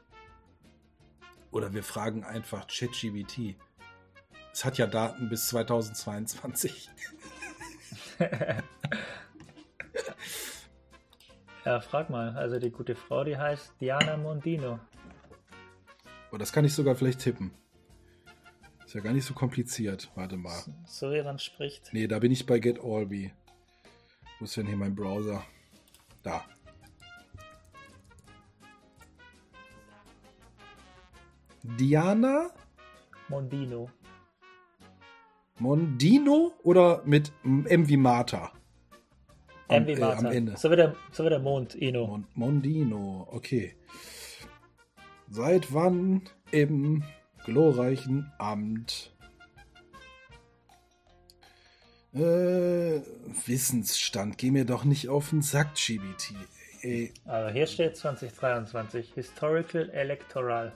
Oder wir fragen einfach ChatGPT. Es hat ja Daten bis zweitausendzweiundzwanzig. Ja, frag mal. Also die gute Frau, die heißt Diana Mondino. Oh, das kann ich sogar vielleicht tippen. Ist ja gar nicht so kompliziert. Warte mal. So wie man spricht. Nee, da bin ich bei GetAllBe. Wo ist denn hier mein Browser? Da. Diana Mondino. Mondino oder mit M wie Martha? M wie Am, Martha. Äh, am Ende. So wie der, so wie der Mond, Ino. Mon, Mondino, okay. Seit wann im glorreichen Amt? Äh, Wissensstand, geh mir doch nicht auf den Sack, G B T. Ey. Aber hier steht zwanzig dreiundzwanzig, Historical Electoral.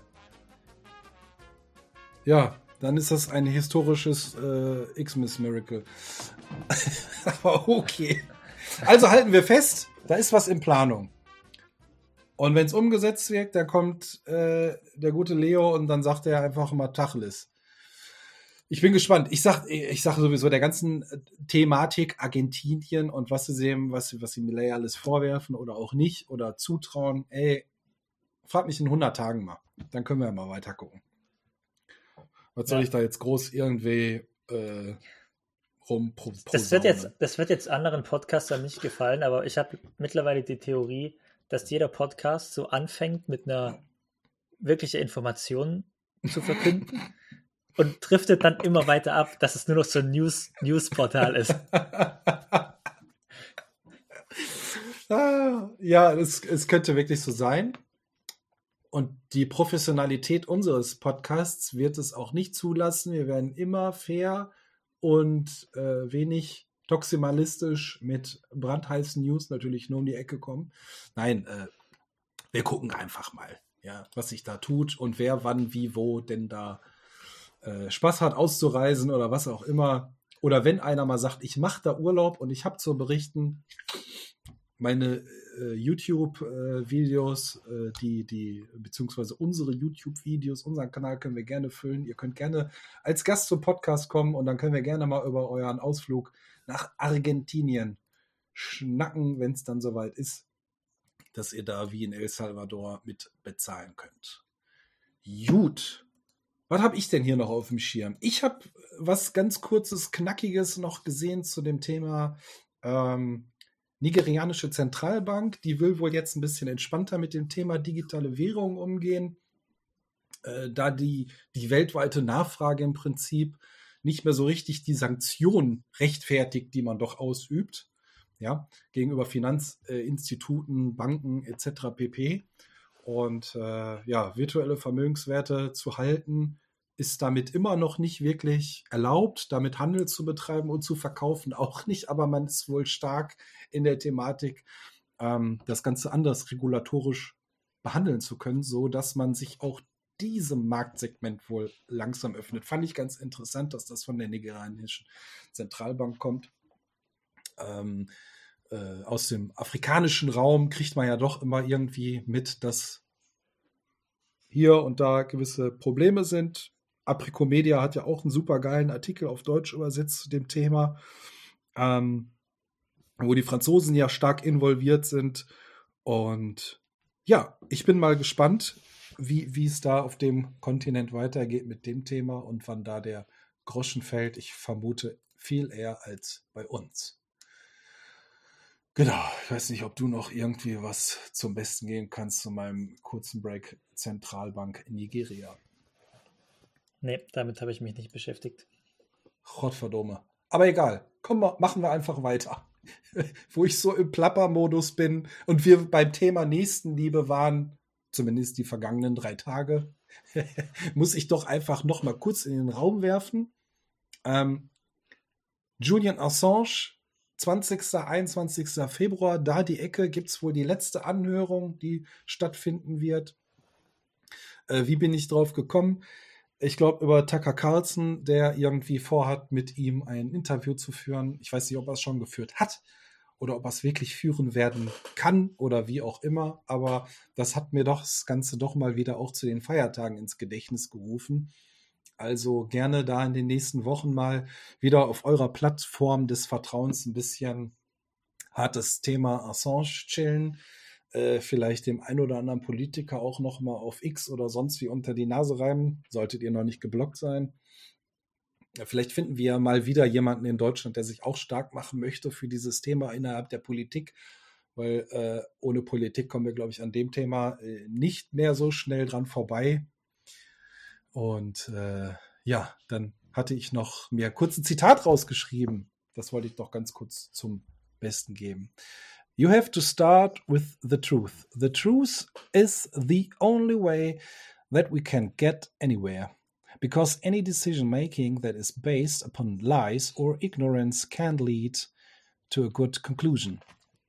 Ja, dann ist das ein historisches äh, Xmas Miracle. Aber okay. Also halten wir fest, da ist was in Planung. Und wenn es umgesetzt wird, dann kommt äh, der gute Leo und dann sagt er einfach mal Tacheles. Ich bin gespannt. Ich sag, ich sag sowieso der ganzen Thematik Argentinien und was sie sehen, was, was sie Milei alles vorwerfen oder auch nicht oder zutrauen. Ey, frag mich in hundert Tagen mal. Dann können wir ja mal weiter gucken. Was soll Ja. ich da jetzt groß irgendwie äh, rum Das wird, jetzt, das wird jetzt anderen Podcastern nicht gefallen, aber ich habe mittlerweile die Theorie, dass jeder Podcast so anfängt mit einer wirklichen Information zu verkünden und driftet dann immer weiter ab, dass es nur noch so ein News, News-Portal ist. Ah, ja, es, es könnte wirklich so sein. Und die Professionalität unseres Podcasts wird es auch nicht zulassen. Wir werden immer fair und äh, wenig toximalistisch mit brandheißen News natürlich nur um die Ecke kommen. Nein, äh, wir gucken einfach mal, ja, was sich da tut und wer, wann, wie, wo denn da äh, Spaß hat auszureisen oder was auch immer. Oder wenn einer mal sagt, ich mache da Urlaub und ich habe zu berichten, meine äh, YouTube-Videos, äh, die, die, beziehungsweise unsere YouTube-Videos, unseren Kanal können wir gerne füllen. Ihr könnt gerne als Gast zum Podcast kommen und dann können wir gerne mal über euren Ausflug nach Argentinien schnacken, wenn es dann soweit ist, dass ihr da wie in El Salvador mit bezahlen könnt. Gut. Was habe ich denn hier noch auf dem Schirm? Ich habe was ganz kurzes, knackiges noch gesehen zu dem Thema ähm, nigerianische Zentralbank. Die will wohl jetzt ein bisschen entspannter mit dem Thema digitale Währung umgehen, äh, da die, die weltweite Nachfrage im Prinzip nicht mehr so richtig die Sanktionen rechtfertigt, die man doch ausübt, ja, gegenüber Finanzinstituten, Banken et cetera pp. Und äh, ja, virtuelle Vermögenswerte zu halten, ist damit immer noch nicht wirklich erlaubt, damit Handel zu betreiben und zu verkaufen auch nicht, aber man ist wohl stark in der Thematik, ähm, das Ganze anders regulatorisch behandeln zu können, so dass man sich auch diesem Marktsegment wohl langsam öffnet. Fand ich ganz interessant, dass das von der nigerianischen Zentralbank kommt. Ähm, äh, aus dem afrikanischen Raum kriegt man ja doch immer irgendwie mit, dass hier und da gewisse Probleme sind. Apricomedia hat ja auch einen super geilen Artikel auf Deutsch übersetzt zu dem Thema, ähm, wo die Franzosen ja stark involviert sind. Und ja, ich bin mal gespannt, wie, wie es da auf dem Kontinent weitergeht mit dem Thema und wann da der Groschen fällt. Ich vermute viel eher als bei uns. Genau, ich weiß nicht, ob du noch irgendwie was zum Besten geben kannst zu meinem kurzen Break Zentralbank in Nigeria. Nee, damit habe ich mich nicht beschäftigt. Gottverdome. Aber egal, komm, machen wir einfach weiter. Wo ich so im Plapper-Modus bin und wir beim Thema Nächstenliebe waren, zumindest die vergangenen drei Tage, muss ich doch einfach noch mal kurz in den Raum werfen. Ähm, Julian Assange, zwanzigsten, einundzwanzigsten Februar, da die Ecke, gibt es wohl die letzte Anhörung, die stattfinden wird. Äh, wie bin ich drauf gekommen? Ich glaube, über Tucker Carlson, der irgendwie vorhat, mit ihm ein Interview zu führen. Ich weiß nicht, ob er es schon geführt hat oder ob er es wirklich führen werden kann oder wie auch immer. Aber das hat mir doch das Ganze doch mal wieder auch zu den Feiertagen ins Gedächtnis gerufen. Also gerne da in den nächsten Wochen mal wieder auf eurer Plattform des Vertrauens ein bisschen hartes Thema Assange chillen. Äh, vielleicht dem ein oder anderen Politiker auch noch mal auf X oder sonst wie unter die Nase reiben. Solltet ihr noch nicht geblockt sein. Ja, vielleicht finden wir mal wieder jemanden in Deutschland, der sich auch stark machen möchte für dieses Thema innerhalb der Politik. Weil äh, ohne Politik kommen wir, glaube ich, an dem Thema äh, nicht mehr so schnell dran vorbei. Und äh, ja, dann hatte ich noch mir kurz ein Zitat rausgeschrieben. Das wollte ich doch ganz kurz zum Besten geben. You have to start with the truth. The truth is the only way that we can get anywhere. Because any decision making that is based upon lies or ignorance can lead to a good conclusion.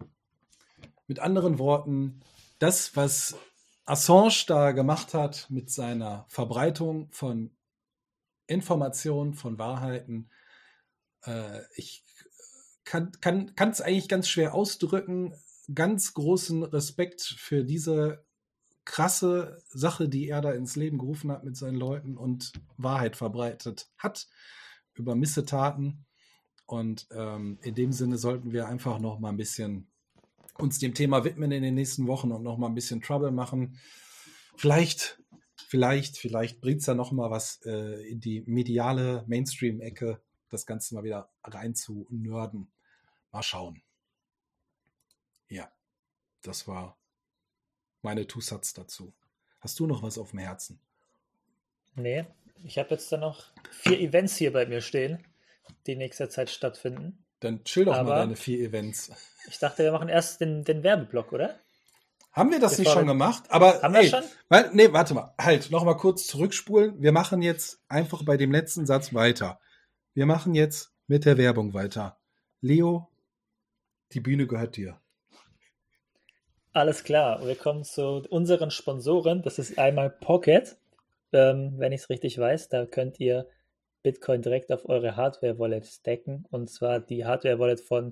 Mit anderen Worten, das, was Assange da gemacht hat mit seiner Verbreitung von Informationen, von Wahrheiten, äh, ich kann kann kann es eigentlich ganz schwer ausdrücken. Ganz großen Respekt für diese krasse Sache, die er da ins Leben gerufen hat mit seinen Leuten und Wahrheit verbreitet hat über Missetaten. Und ähm, in dem Sinne sollten wir einfach noch mal ein bisschen uns dem Thema widmen in den nächsten Wochen und noch mal ein bisschen Trouble machen. Vielleicht, vielleicht, vielleicht bringt es ja noch mal was äh, in die mediale Mainstream-Ecke, das Ganze mal wieder rein zu nörden. Mal schauen. Ja, das war meine Two-Sats dazu. Hast du noch was auf dem Herzen? Nee, ich habe jetzt dann noch vier Events hier bei mir stehen, die in nächster Zeit stattfinden. Dann chill doch Aber mal deine vier Events. Ich dachte, wir machen erst den, den Werbeblock, oder? Haben wir das Bevor nicht schon wir- gemacht? Aber Haben wir ey, schon? Weil, nee, warte mal. Halt, noch mal kurz zurückspulen. Wir machen jetzt einfach bei dem letzten Satz weiter. Wir machen jetzt mit der Werbung weiter. Leo, die Bühne gehört dir. Alles klar, wir kommen zu unseren Sponsoren. Das ist einmal Pocket, ähm, wenn ich es richtig weiß. Da könnt ihr Bitcoin direkt auf eure Hardware-Wallet stacken. Und zwar die Hardware-Wallet von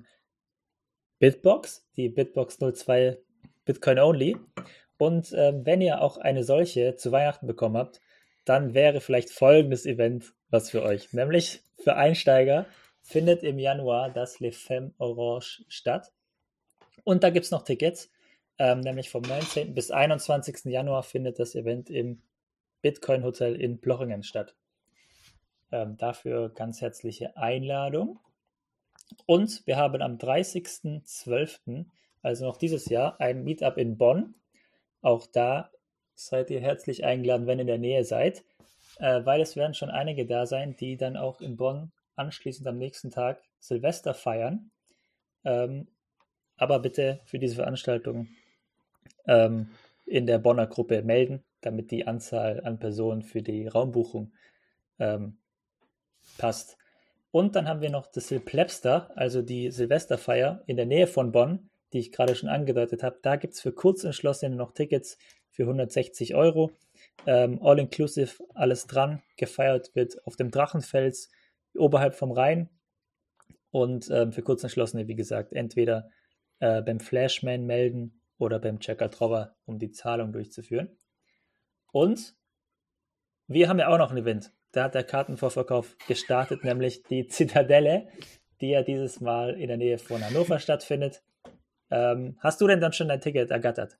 Bitbox, die Bitbox null zwei Bitcoin Only. Und ähm, wenn ihr auch eine solche zu Weihnachten bekommen habt, dann wäre vielleicht folgendes Event was für euch. Nämlich für Einsteiger findet im Januar das Le Femme Orange statt. Und da gibt es noch Tickets. Ähm, nämlich vom neunzehnten bis einundzwanzigsten Januar findet das Event im Bitcoin Hotel in Blochingen statt. Ähm, dafür ganz herzliche Einladung. Und wir haben am dreißigsten zwölften, also noch dieses Jahr, ein Meetup in Bonn. Auch da seid ihr herzlich eingeladen, wenn ihr in der Nähe seid, äh, weil es werden schon einige da sein, die dann auch in Bonn anschließend am nächsten Tag Silvester feiern. Ähm, aber bitte für diese Veranstaltung ähm, in der Bonner Gruppe melden, damit die Anzahl an Personen für die Raumbuchung ähm, passt. Und dann haben wir noch das Silplebster, also die Silvesterfeier in der Nähe von Bonn, die ich gerade schon angedeutet habe. Da gibt es für Kurzentschlossene noch Tickets für hundertsechzig Euro. Ähm, All-inclusive, alles dran. Gefeiert wird auf dem Drachenfels oberhalb vom Rhein. Und ähm, für Kurzentschlossene, wie gesagt, entweder äh, beim Flashman melden oder beim Checker Trover, um die Zahlung durchzuführen. Und wir haben ja auch noch ein Event. Da hat der Kartenvorverkauf gestartet, nämlich die Zitadelle, die ja dieses Mal in der Nähe von Hannover stattfindet. Ähm, hast du denn dann schon dein Ticket ergattert?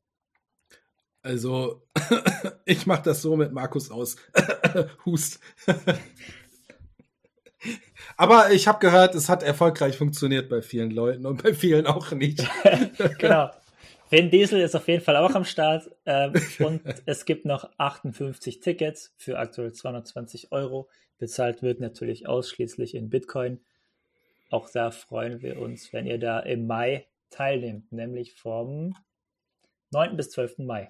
Also, ich mache das so mit Markus aus. Hust. Aber ich habe gehört, es hat erfolgreich funktioniert bei vielen Leuten und bei vielen auch nicht. Genau. Vin Diesel ist auf jeden Fall auch am Start. Ähm, und es gibt noch achtundfünfzig Tickets für aktuell zweihundertzwanzig Euro. Bezahlt wird natürlich ausschließlich in Bitcoin. Auch da freuen wir uns, wenn ihr da im Mai teilnimmt, nämlich vom neunten bis zwölften Mai.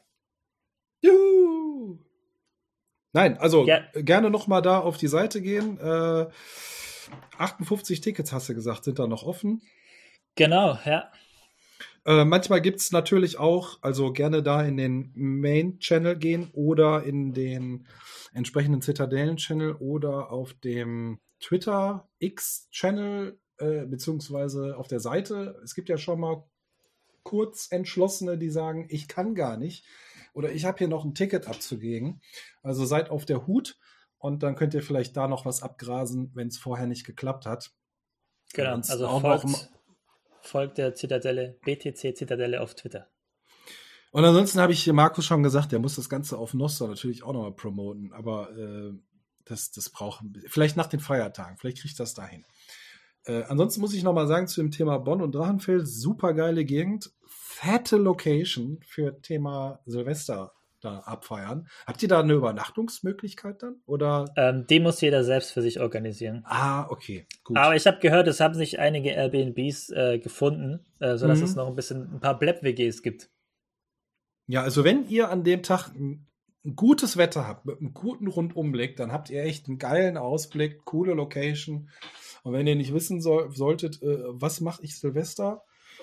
Juhu! Nein, also Ja. gerne noch mal da auf die Seite gehen. Äh, achtundfünfzig Tickets, hast du gesagt, sind da noch offen. Genau, ja. Äh, manchmal gibt es natürlich auch, also gerne da in den Main-Channel gehen oder in den entsprechenden Zitadellen-Channel oder auf dem Twitter-X-Channel, äh, beziehungsweise auf der Seite. Es gibt ja schon mal Kurzentschlossene, die sagen, ich kann gar nicht oder ich habe hier noch ein Ticket abzugeben. Also seid auf der Hut und dann könnt ihr vielleicht da noch was abgrasen, wenn es vorher nicht geklappt hat. Genau, Und also auch noch folgt, folgt der Zitadelle, B T C Zitadelle auf Twitter. Und ansonsten habe ich hier Markus schon gesagt, der muss das Ganze auf Nostra natürlich auch nochmal promoten, aber äh, das, das braucht ein bisschen. Vielleicht nach den Feiertagen, vielleicht kriegt das dahin. Äh, ansonsten muss ich nochmal sagen zu dem Thema Bonn und Drachenfels, super geile Gegend, fette Location für Thema Silvester da abfeiern. Habt ihr da eine Übernachtungsmöglichkeit dann? Oder? Ähm, die muss jeder selbst für sich organisieren. Ah, okay, gut. Aber ich habe gehört, es haben sich einige Airbnbs äh, gefunden, äh, sodass Mhm. es noch ein bisschen ein paar Bleb-W Gs gibt. Ja, also wenn ihr an dem Tag ein, ein gutes Wetter habt, mit einem guten Rundumblick, dann habt ihr echt einen geilen Ausblick, coole Location. Und wenn ihr nicht wissen soll, solltet, äh, was mache ich Silvester,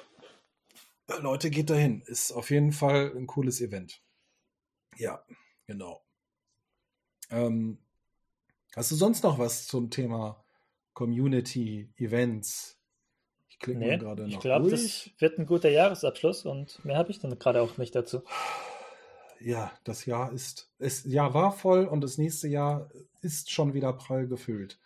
äh, Leute, geht dahin. Ist auf jeden Fall ein cooles Event. Ja, genau. Ähm, hast du sonst noch was zum Thema Community, Events? Ich klicke Nee, mal gerade ich noch glaube, das durch. wird ein guter Jahresabschluss und mehr habe ich dann gerade auch nicht dazu. Ja, das Jahr ist, das Jahr war voll und das nächste Jahr ist schon wieder prall gefüllt.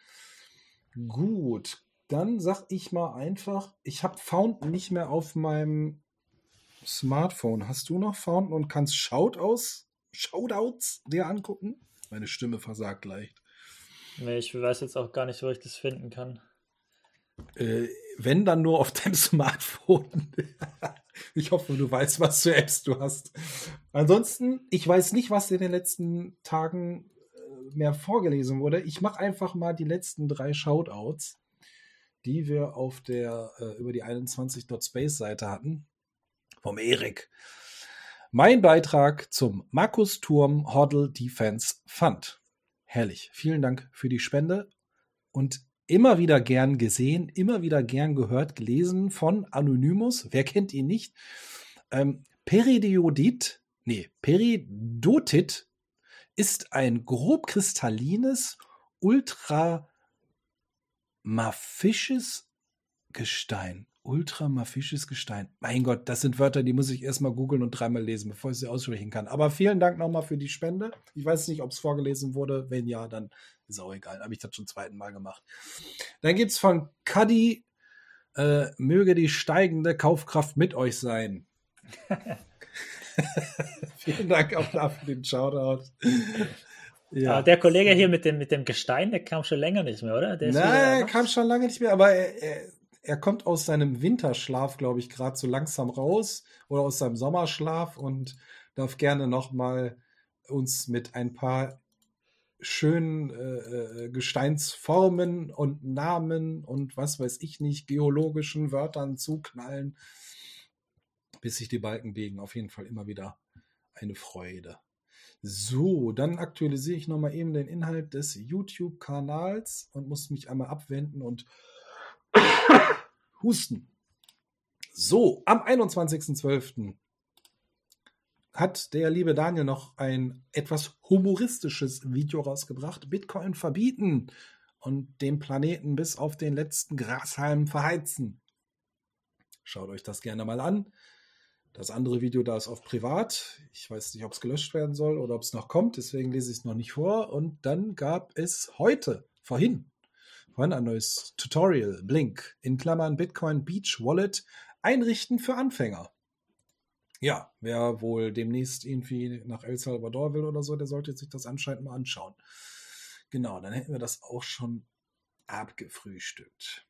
Gut, dann sag ich mal einfach, ich habe Fountain nicht mehr auf meinem Smartphone. Hast du noch Fountain und kannst Shoutouts, Shoutouts dir angucken? Meine Stimme versagt leicht. Nee, ich weiß jetzt auch gar nicht, wo ich das finden kann. Äh, wenn, dann nur auf deinem Smartphone. Ich hoffe, du weißt, was für Apps du hast. Ansonsten, ich weiß nicht, was in den letzten Tagen äh, mehr vorgelesen wurde. Ich mache einfach mal die letzten drei Shoutouts, die wir auf der äh, über die einundzwanzig.space-Seite hatten. Vom Erik. Mein Beitrag zum Markus Turm Hoddle Defense Fund. Herrlich. Vielen Dank für die Spende und immer wieder gern gesehen, immer wieder gern gehört, gelesen von Anonymous. Wer kennt ihn nicht? Ähm, Peridiodit, nee, Peridotit ist ein grob kristallines, ultramafisches Gestein. Ultramafisches Gestein. Mein Gott, das sind Wörter, die muss ich erstmal googeln und dreimal lesen, bevor ich sie aussprechen kann. Aber vielen Dank nochmal für die Spende. Ich weiß nicht, ob es vorgelesen wurde. Wenn ja, dann ist auch egal. Habe ich das schon zum zweiten Mal gemacht. Dann gibt es von Cuddy, äh, möge die steigende Kaufkraft mit euch sein. Vielen Dank auch dafür den Shoutout. Ja. Aber der Kollege hier mit dem, mit dem Gestein, der kam schon länger nicht mehr, oder? Der ist Nein, er kam schon lange nicht mehr, aber er, er, er kommt aus seinem Winterschlaf, glaube ich, gerade so langsam raus oder aus seinem Sommerschlaf und darf gerne nochmal uns mit ein paar schönen äh, Gesteinsformen und Namen und was weiß ich nicht, geologischen Wörtern zuknallen, bis sich die Balken biegen. Auf jeden Fall immer wieder eine Freude. So, dann aktualisiere ich nochmal eben den Inhalt des YouTube-Kanals und muss mich einmal abwenden und husten. So, am einundzwanzigsten zwölften hat der liebe Daniel noch ein etwas humoristisches Video rausgebracht. Bitcoin verbieten und den Planeten bis auf den letzten Grashalm verheizen. Schaut euch das gerne mal an. Das andere Video da ist auf privat. Ich weiß nicht, ob es gelöscht werden soll oder ob es noch kommt. Deswegen lese ich es noch nicht vor. Und dann gab es heute, vorhin, vorhin ein neues Tutorial. Blink, in Klammern Bitcoin Beach Wallet, einrichten für Anfänger. Ja, wer wohl demnächst irgendwie nach El Salvador will oder so, der sollte sich das anscheinend mal anschauen. Genau, dann hätten wir das auch schon abgefrühstückt.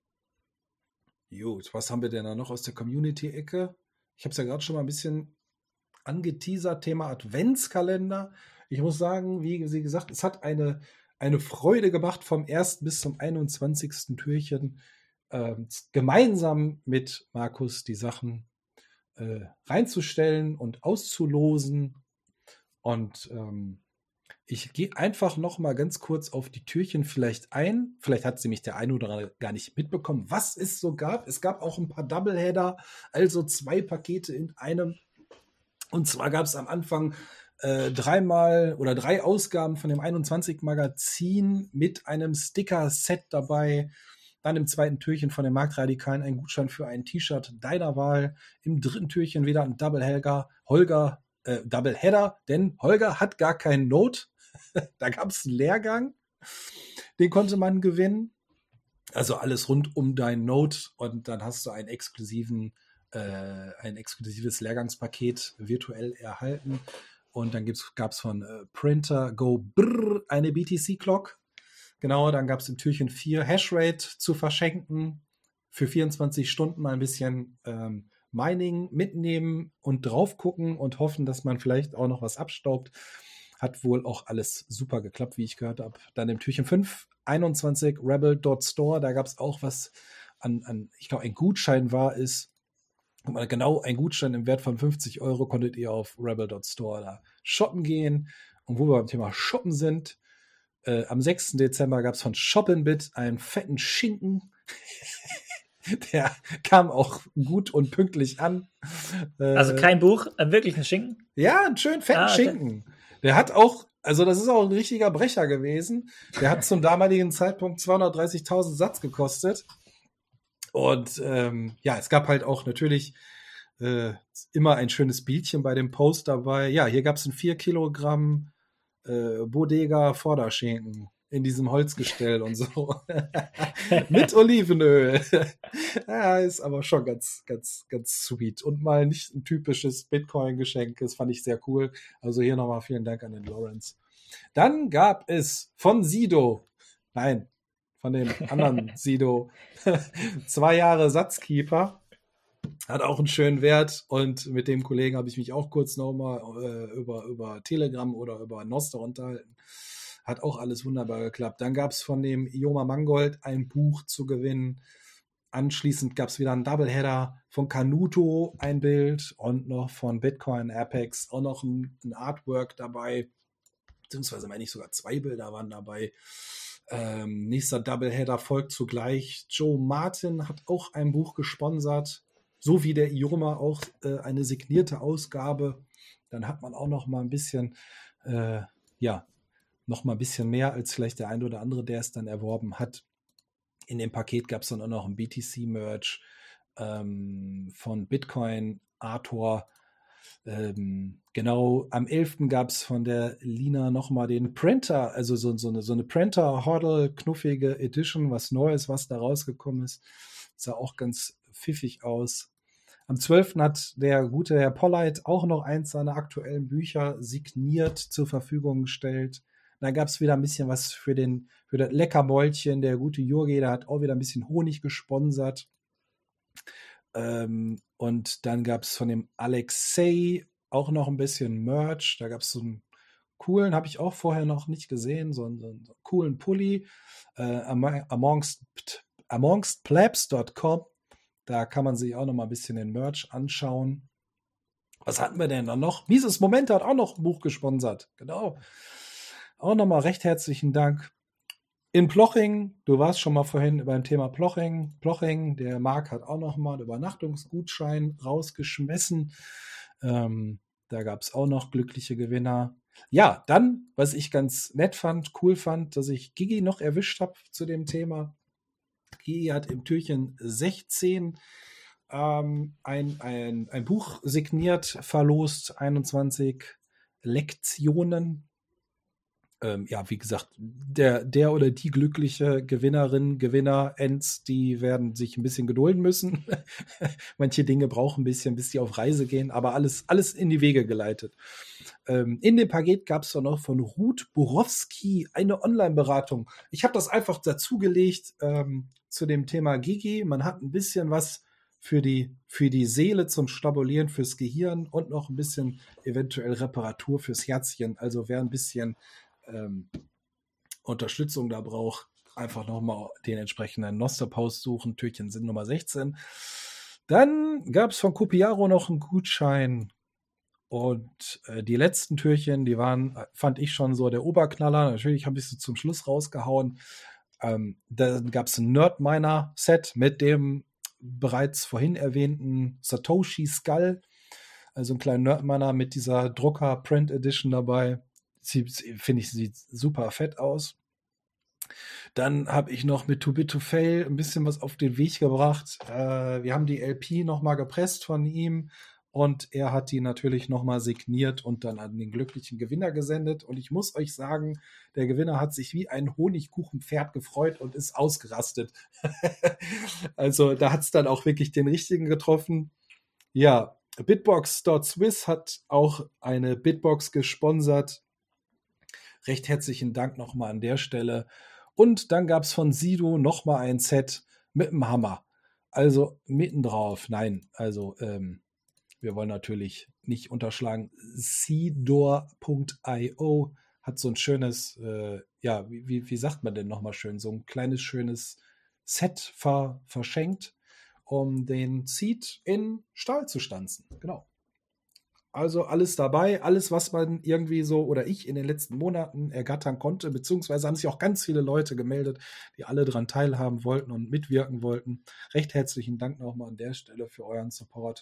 Gut, was haben wir denn da noch aus der Community-Ecke? Ich habe es ja gerade schon mal ein bisschen angeteasert, Thema Adventskalender. Ich muss sagen, wie Sie gesagt, es hat eine, eine Freude gemacht, vom ersten bis zum einundzwanzigsten Türchen äh, gemeinsam mit Markus die Sachen äh, reinzustellen und auszulosen. Und ähm, ich gehe einfach noch mal ganz kurz auf die Türchen vielleicht ein. Vielleicht hat sie mich der eine oder andere gar nicht mitbekommen, was es so gab. Es gab auch ein paar Doubleheader, also zwei Pakete in einem. Und zwar gab es am Anfang äh, dreimal oder drei Ausgaben von dem einundzwanzig-Magazin mit einem Sticker-Set dabei. Dann im zweiten Türchen von den Marktradikalen ein Gutschein für ein T-Shirt deiner Wahl. Im dritten Türchen wieder ein Doubleheader, Holger, äh, Doubleheader, denn Holger hat gar keinen Note. Da gab es einen Lehrgang, den konnte man gewinnen. Also alles rund um dein Note und dann hast du einen exklusiven, äh, ein exklusives Lehrgangspaket virtuell erhalten. Und dann gab es von äh, Printer Go Brrr eine B T C-Clock. Genau, dann gab es in Türchen vier Hashrate zu verschenken. Für vierundzwanzig Stunden ein bisschen ähm, Mining mitnehmen und drauf gucken und hoffen, dass man vielleicht auch noch was abstaubt. Hat wohl auch alles super geklappt, wie ich gehört habe. Dann im Türchen fünf, einundzwanzig Rebel.store, da gab es auch was an, an ich glaube, ein Gutschein war es. Genau, ein Gutschein im Wert von fünfzig Euro konntet ihr auf Rebel.store da shoppen gehen. Und wo wir beim Thema Shoppen sind, äh, am sechsten Dezember gab es von Shoppinbit einen fetten Schinken. Der kam auch gut und pünktlich an. Äh, also kein Buch, äh, wirklich ein Schinken? Ja, einen schönen fetten ah, okay. Schinken. Der hat auch, also das ist auch ein richtiger Brecher gewesen. Der hat zum damaligen Zeitpunkt zweihundertdreißigtausend Satz gekostet. Und ähm, ja, es gab halt auch natürlich äh, immer ein schönes Bildchen bei dem Post dabei. Ja, hier gab es einen vier Kilogramm äh, Bodega Vorderschinken in diesem Holzgestell und so. Mit Olivenöl. Ja, ist aber schon ganz, ganz, ganz sweet. Und mal nicht ein typisches Bitcoin-Geschenk. Das fand ich sehr cool. Also hier nochmal vielen Dank an den Lawrence. Dann gab es von Sido, nein, von dem anderen Sido, zwei Jahre Satzkeeper. Hat auch einen schönen Wert und mit dem Kollegen habe ich mich auch kurz nochmal äh, über, über Telegram oder über Noster unterhalten. Hat auch alles wunderbar geklappt. Dann gab es von dem Ioma Mangold ein Buch zu gewinnen. Anschließend gab es wieder einen Doubleheader von Canuto, ein Bild und noch von Bitcoin Apex auch noch ein, ein Artwork dabei. Beziehungsweise meine ich sogar zwei Bilder waren dabei. Ähm, nächster Doubleheader folgt zugleich. Joe Martin hat auch ein Buch gesponsert. So wie der Ioma auch äh, eine signierte Ausgabe. Dann hat man auch noch mal ein bisschen, äh, ja, noch mal ein bisschen mehr als vielleicht der ein oder andere, der es dann erworben hat. In dem Paket gab es dann auch noch ein B T C-Merch ähm, von Bitcoin, Arthur. Ähm, genau, am elften gab es von der Lina noch mal den Printer, also so, so eine, so eine Printer-Hoddle, knuffige Edition, was Neues, was da rausgekommen ist. Sah auch ganz pfiffig aus. Am zwölften hat der gute Herr Polleit auch noch eins seiner aktuellen Bücher signiert zur Verfügung gestellt. Dann gab es wieder ein bisschen was für, den, für das Leckermäulchen. Der gute Jurgi, der hat auch wieder ein bisschen Honig gesponsert. Ähm, und dann gab es von dem Alexei auch noch ein bisschen Merch. Da gab es so einen coolen, habe ich auch vorher noch nicht gesehen, so einen, so einen coolen Pulli. Äh, amongst, amongst plebs Punkt com. Da kann man sich auch noch mal ein bisschen den Merch anschauen. Was hatten wir denn da noch? Mises Moment hat auch noch ein Buch gesponsert. Genau. Auch noch mal recht herzlichen Dank. In Ploching, du warst schon mal vorhin beim Thema Ploching. Ploching, der Marc hat auch noch mal einen Übernachtungsgutschein rausgeschmissen. Ähm, da gab es auch noch glückliche Gewinner. Ja, dann, was ich ganz nett fand, cool fand, dass ich Gigi noch erwischt habe zu dem Thema. Gigi hat im Türchen sechzehn ähm, ein, ein, ein Buch signiert, verlost, einundzwanzig Lektionen. Ähm, ja, wie gesagt, der, der oder die glückliche Gewinnerin, Gewinner, Ends, die werden sich ein bisschen gedulden müssen. Manche Dinge brauchen ein bisschen, bis die auf Reise gehen, aber alles, alles in die Wege geleitet. Ähm, in dem Paket gab es dann noch von Ruth Borowski eine Online-Beratung. Ich habe das einfach dazugelegt ähm, zu dem Thema Gigi. Man hat ein bisschen was für die, für die Seele zum Schnabulieren, fürs Gehirn und noch ein bisschen eventuell Reparatur fürs Herzchen. Also wer ein bisschen ähm, Unterstützung da braucht, einfach nochmal den entsprechenden Noster-Post suchen. Türchen sind Nummer sechzehn. Dann gab es von Copiaro noch einen Gutschein. Und äh, die letzten Türchen, die waren, fand ich schon so der Oberknaller. Natürlich habe ich sie zum Schluss rausgehauen. Ähm, dann gab es ein Nerdminer-Set mit dem bereits vorhin erwähnten Satoshi Skull. Also ein kleiner Nerdminer mit dieser Drucker Print Edition dabei. Finde ich, sieht super fett aus. Dann habe ich noch mit Too Bit to Fail ein bisschen was auf den Weg gebracht. Äh, wir haben die L P nochmal gepresst von ihm und er hat die natürlich nochmal signiert und dann an den glücklichen Gewinner gesendet. Und ich muss euch sagen, der Gewinner hat sich wie ein Honigkuchenpferd gefreut und ist ausgerastet. Also da hat es dann auch wirklich den richtigen getroffen. Ja, Bitbox Punkt Swiss hat auch eine Bitbox gesponsert. Recht herzlichen Dank nochmal an der Stelle. Und dann gab es von Sido nochmal ein Set mit einem Hammer. Also mittendrauf. Nein, also ähm, wir wollen natürlich nicht unterschlagen. Sidor Punkt io hat so ein schönes, äh, ja, wie, wie, wie sagt man denn nochmal schön, so ein kleines, schönes Set ver, verschenkt, um den Seed in Stahl zu stanzen. Genau. Also alles dabei, alles, was man irgendwie so oder ich in den letzten Monaten ergattern konnte, beziehungsweise haben sich auch ganz viele Leute gemeldet, die alle daran teilhaben wollten und mitwirken wollten. Recht herzlichen Dank nochmal an der Stelle für euren Support.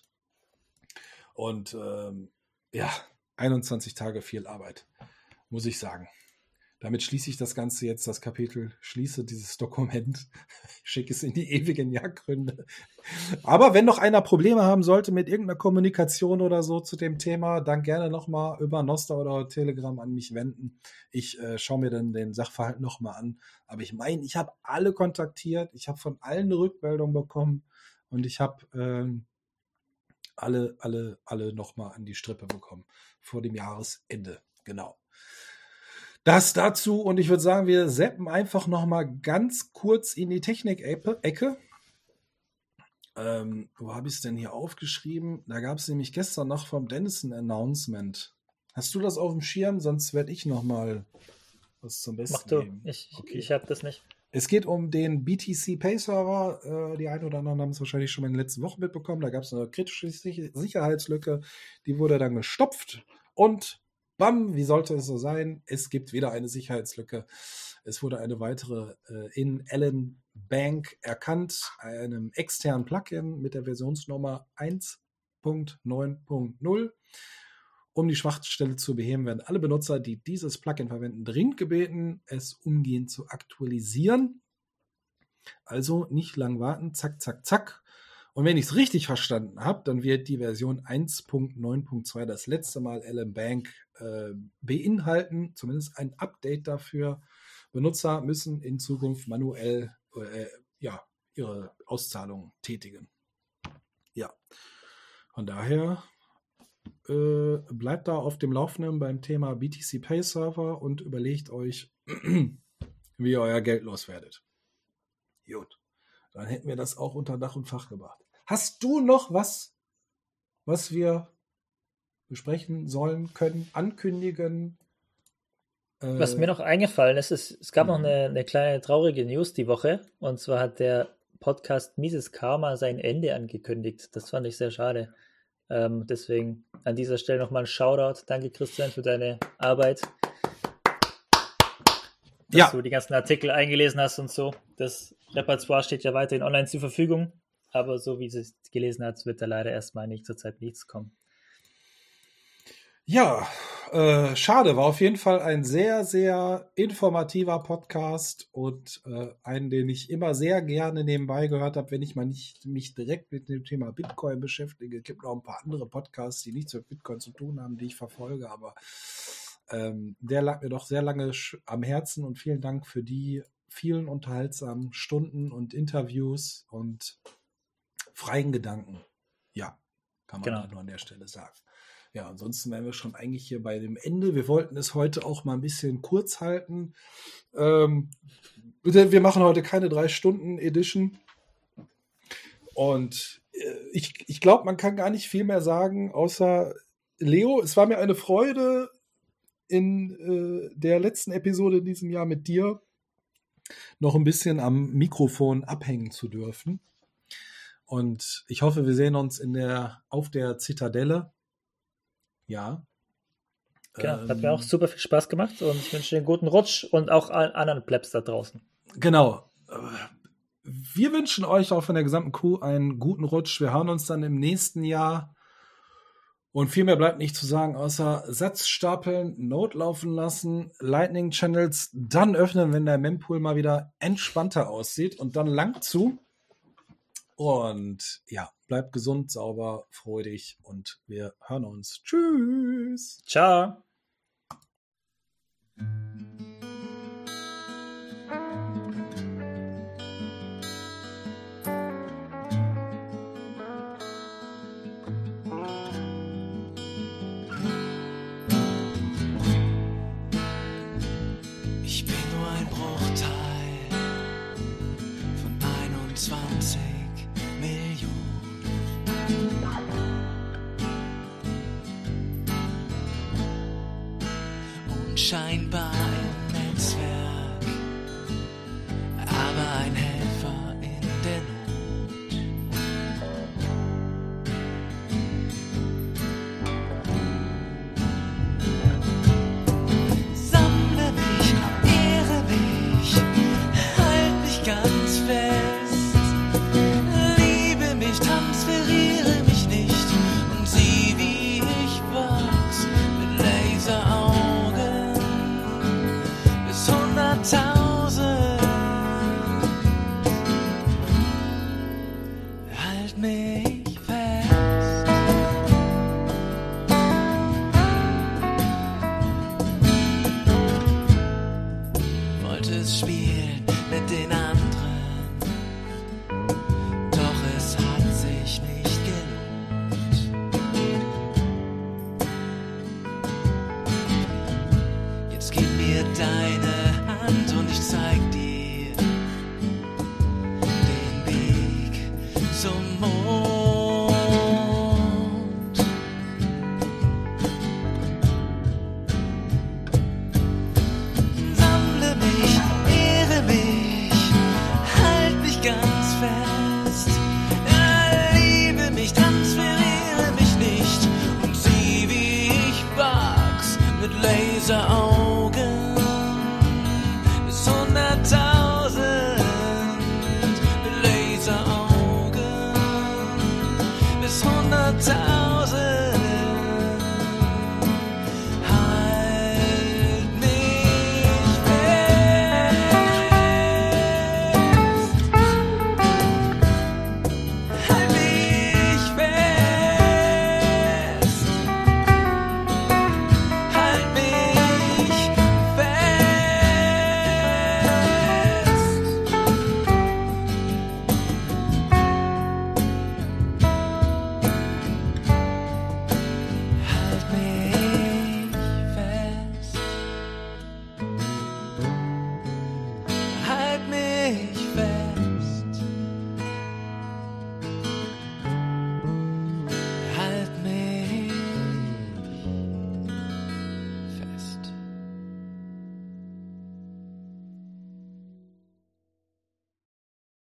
Und ähm, ja, einundzwanzig Tage viel Arbeit, muss ich sagen. Damit schließe ich das Ganze jetzt, das Kapitel, schließe dieses Dokument, schicke es in die ewigen Jagdgründe. Aber wenn noch einer Probleme haben sollte mit irgendeiner Kommunikation oder so zu dem Thema, dann gerne nochmal über Noster oder Telegram an mich wenden. Ich äh, schaue mir dann den Sachverhalt nochmal an. Aber ich meine, ich habe alle kontaktiert, ich habe von allen eine Rückmeldung bekommen und ich habe ähm, alle, alle, alle nochmal an die Strippe bekommen vor dem Jahresende. Genau. Das dazu und ich würde sagen, wir zappen einfach noch mal ganz kurz in die Technik-Ecke Ähm, wo habe ich es denn hier aufgeschrieben? Da gab es nämlich gestern noch vom Dennis ein Announcement. Hast du das auf dem Schirm? Sonst werde ich noch mal was zum Besten Mach du, geben. ich, Okay. ich habe das nicht. Es geht um den B T C Pay Server. Äh, die einen oder anderen haben es wahrscheinlich schon mal in den letzten Wochen mitbekommen. Da gab es eine kritische Sich- Sicherheitslücke. Die wurde dann gestopft. Und bam, wie sollte es so sein? Es gibt wieder eine Sicherheitslücke. Es wurde eine weitere äh, in Allen Bank erkannt, einem externen Plugin mit der Versionsnummer eins Punkt neun Punkt null. Um die Schwachstelle zu beheben, werden alle Benutzer, die dieses Plugin verwenden, dringend gebeten, es umgehend zu aktualisieren. Also nicht lang warten, zack, zack, zack. Und wenn ich es richtig verstanden habe, dann wird die Version eins Punkt neun Punkt zwei das letzte Mal Allen Bank äh, beinhalten, zumindest ein Update dafür. Benutzer müssen in Zukunft manuell äh, ja, ihre Auszahlungen tätigen. Ja, von daher äh, bleibt da auf dem Laufenden beim Thema B T C Pay Server und überlegt euch, wie ihr euer Geld loswerdet. Gut, dann hätten wir das auch unter Dach und Fach gebracht. Hast du noch was, was wir besprechen sollen, können, ankündigen? Äh, Was mir noch eingefallen ist, ist es gab Mhm. noch eine, eine kleine traurige News die Woche. Und zwar hat der Podcast Mises Karma sein Ende angekündigt. Das fand ich sehr schade. Ähm, deswegen an dieser Stelle nochmal ein Shoutout. Danke, Christian, für deine Arbeit. Dass Ja. du die ganzen Artikel eingelesen hast und so. Das Repertoire steht ja weiterhin online zur Verfügung. Aber so wie sie es gelesen hat, wird da leider erstmal nicht zurzeit nichts kommen. Ja, äh, schade, war auf jeden Fall ein sehr, sehr informativer Podcast und äh, einen, den ich immer sehr gerne nebenbei gehört habe, wenn ich mal nicht mich direkt mit dem Thema Bitcoin beschäftige. Es gibt noch ein paar andere Podcasts, die nichts mit Bitcoin zu tun haben, die ich verfolge, aber ähm, der lag mir doch sehr lange sch- am Herzen und vielen Dank für die vielen unterhaltsamen Stunden und Interviews und freien Gedanken. Ja, kann man Genau. halt nur an der Stelle sagen. Ja, ansonsten wären wir schon eigentlich hier bei dem Ende. Wir wollten es heute auch mal ein bisschen kurz halten. Ähm, bitte, wir machen heute keine Drei-Stunden-Edition. Und äh, ich, ich glaube, man kann gar nicht viel mehr sagen, außer Leo, es war mir eine Freude, in äh, der letzten Episode in diesem Jahr mit dir noch ein bisschen am Mikrofon abhängen zu dürfen. Und ich hoffe, wir sehen uns in der, auf der Zitadelle. Ja. Genau, hat Ähm, mir auch super viel Spaß gemacht und ich wünsche dir einen guten Rutsch und auch allen anderen Plebs da draußen. Genau. Wir wünschen euch auch von der gesamten Crew einen guten Rutsch. Wir hören uns dann im nächsten Jahr. Und viel mehr bleibt nicht zu sagen, außer Satz stapeln, Note laufen lassen, Lightning Channels dann öffnen, wenn der Mempool mal wieder entspannter aussieht und dann lang zu. Und ja, bleibt gesund, sauber, freudig und wir hören uns. Tschüss. Ciao. Ich bin nur ein Bruchteil von einundzwanzig Millionen. Unscheinbar im Netzwerk, aber ein Helfer in der Not. Sammle mich, ehre mich, halt mich ganz fest. Liebe mich, transferiere mich nicht und sieh, wie ich wachs mit Laseraugen bis hunderttausend. Halt mich fest. Wollte es spielen mit den anderen, doch es hat sich nicht gelohnt. Jetzt gib mir deine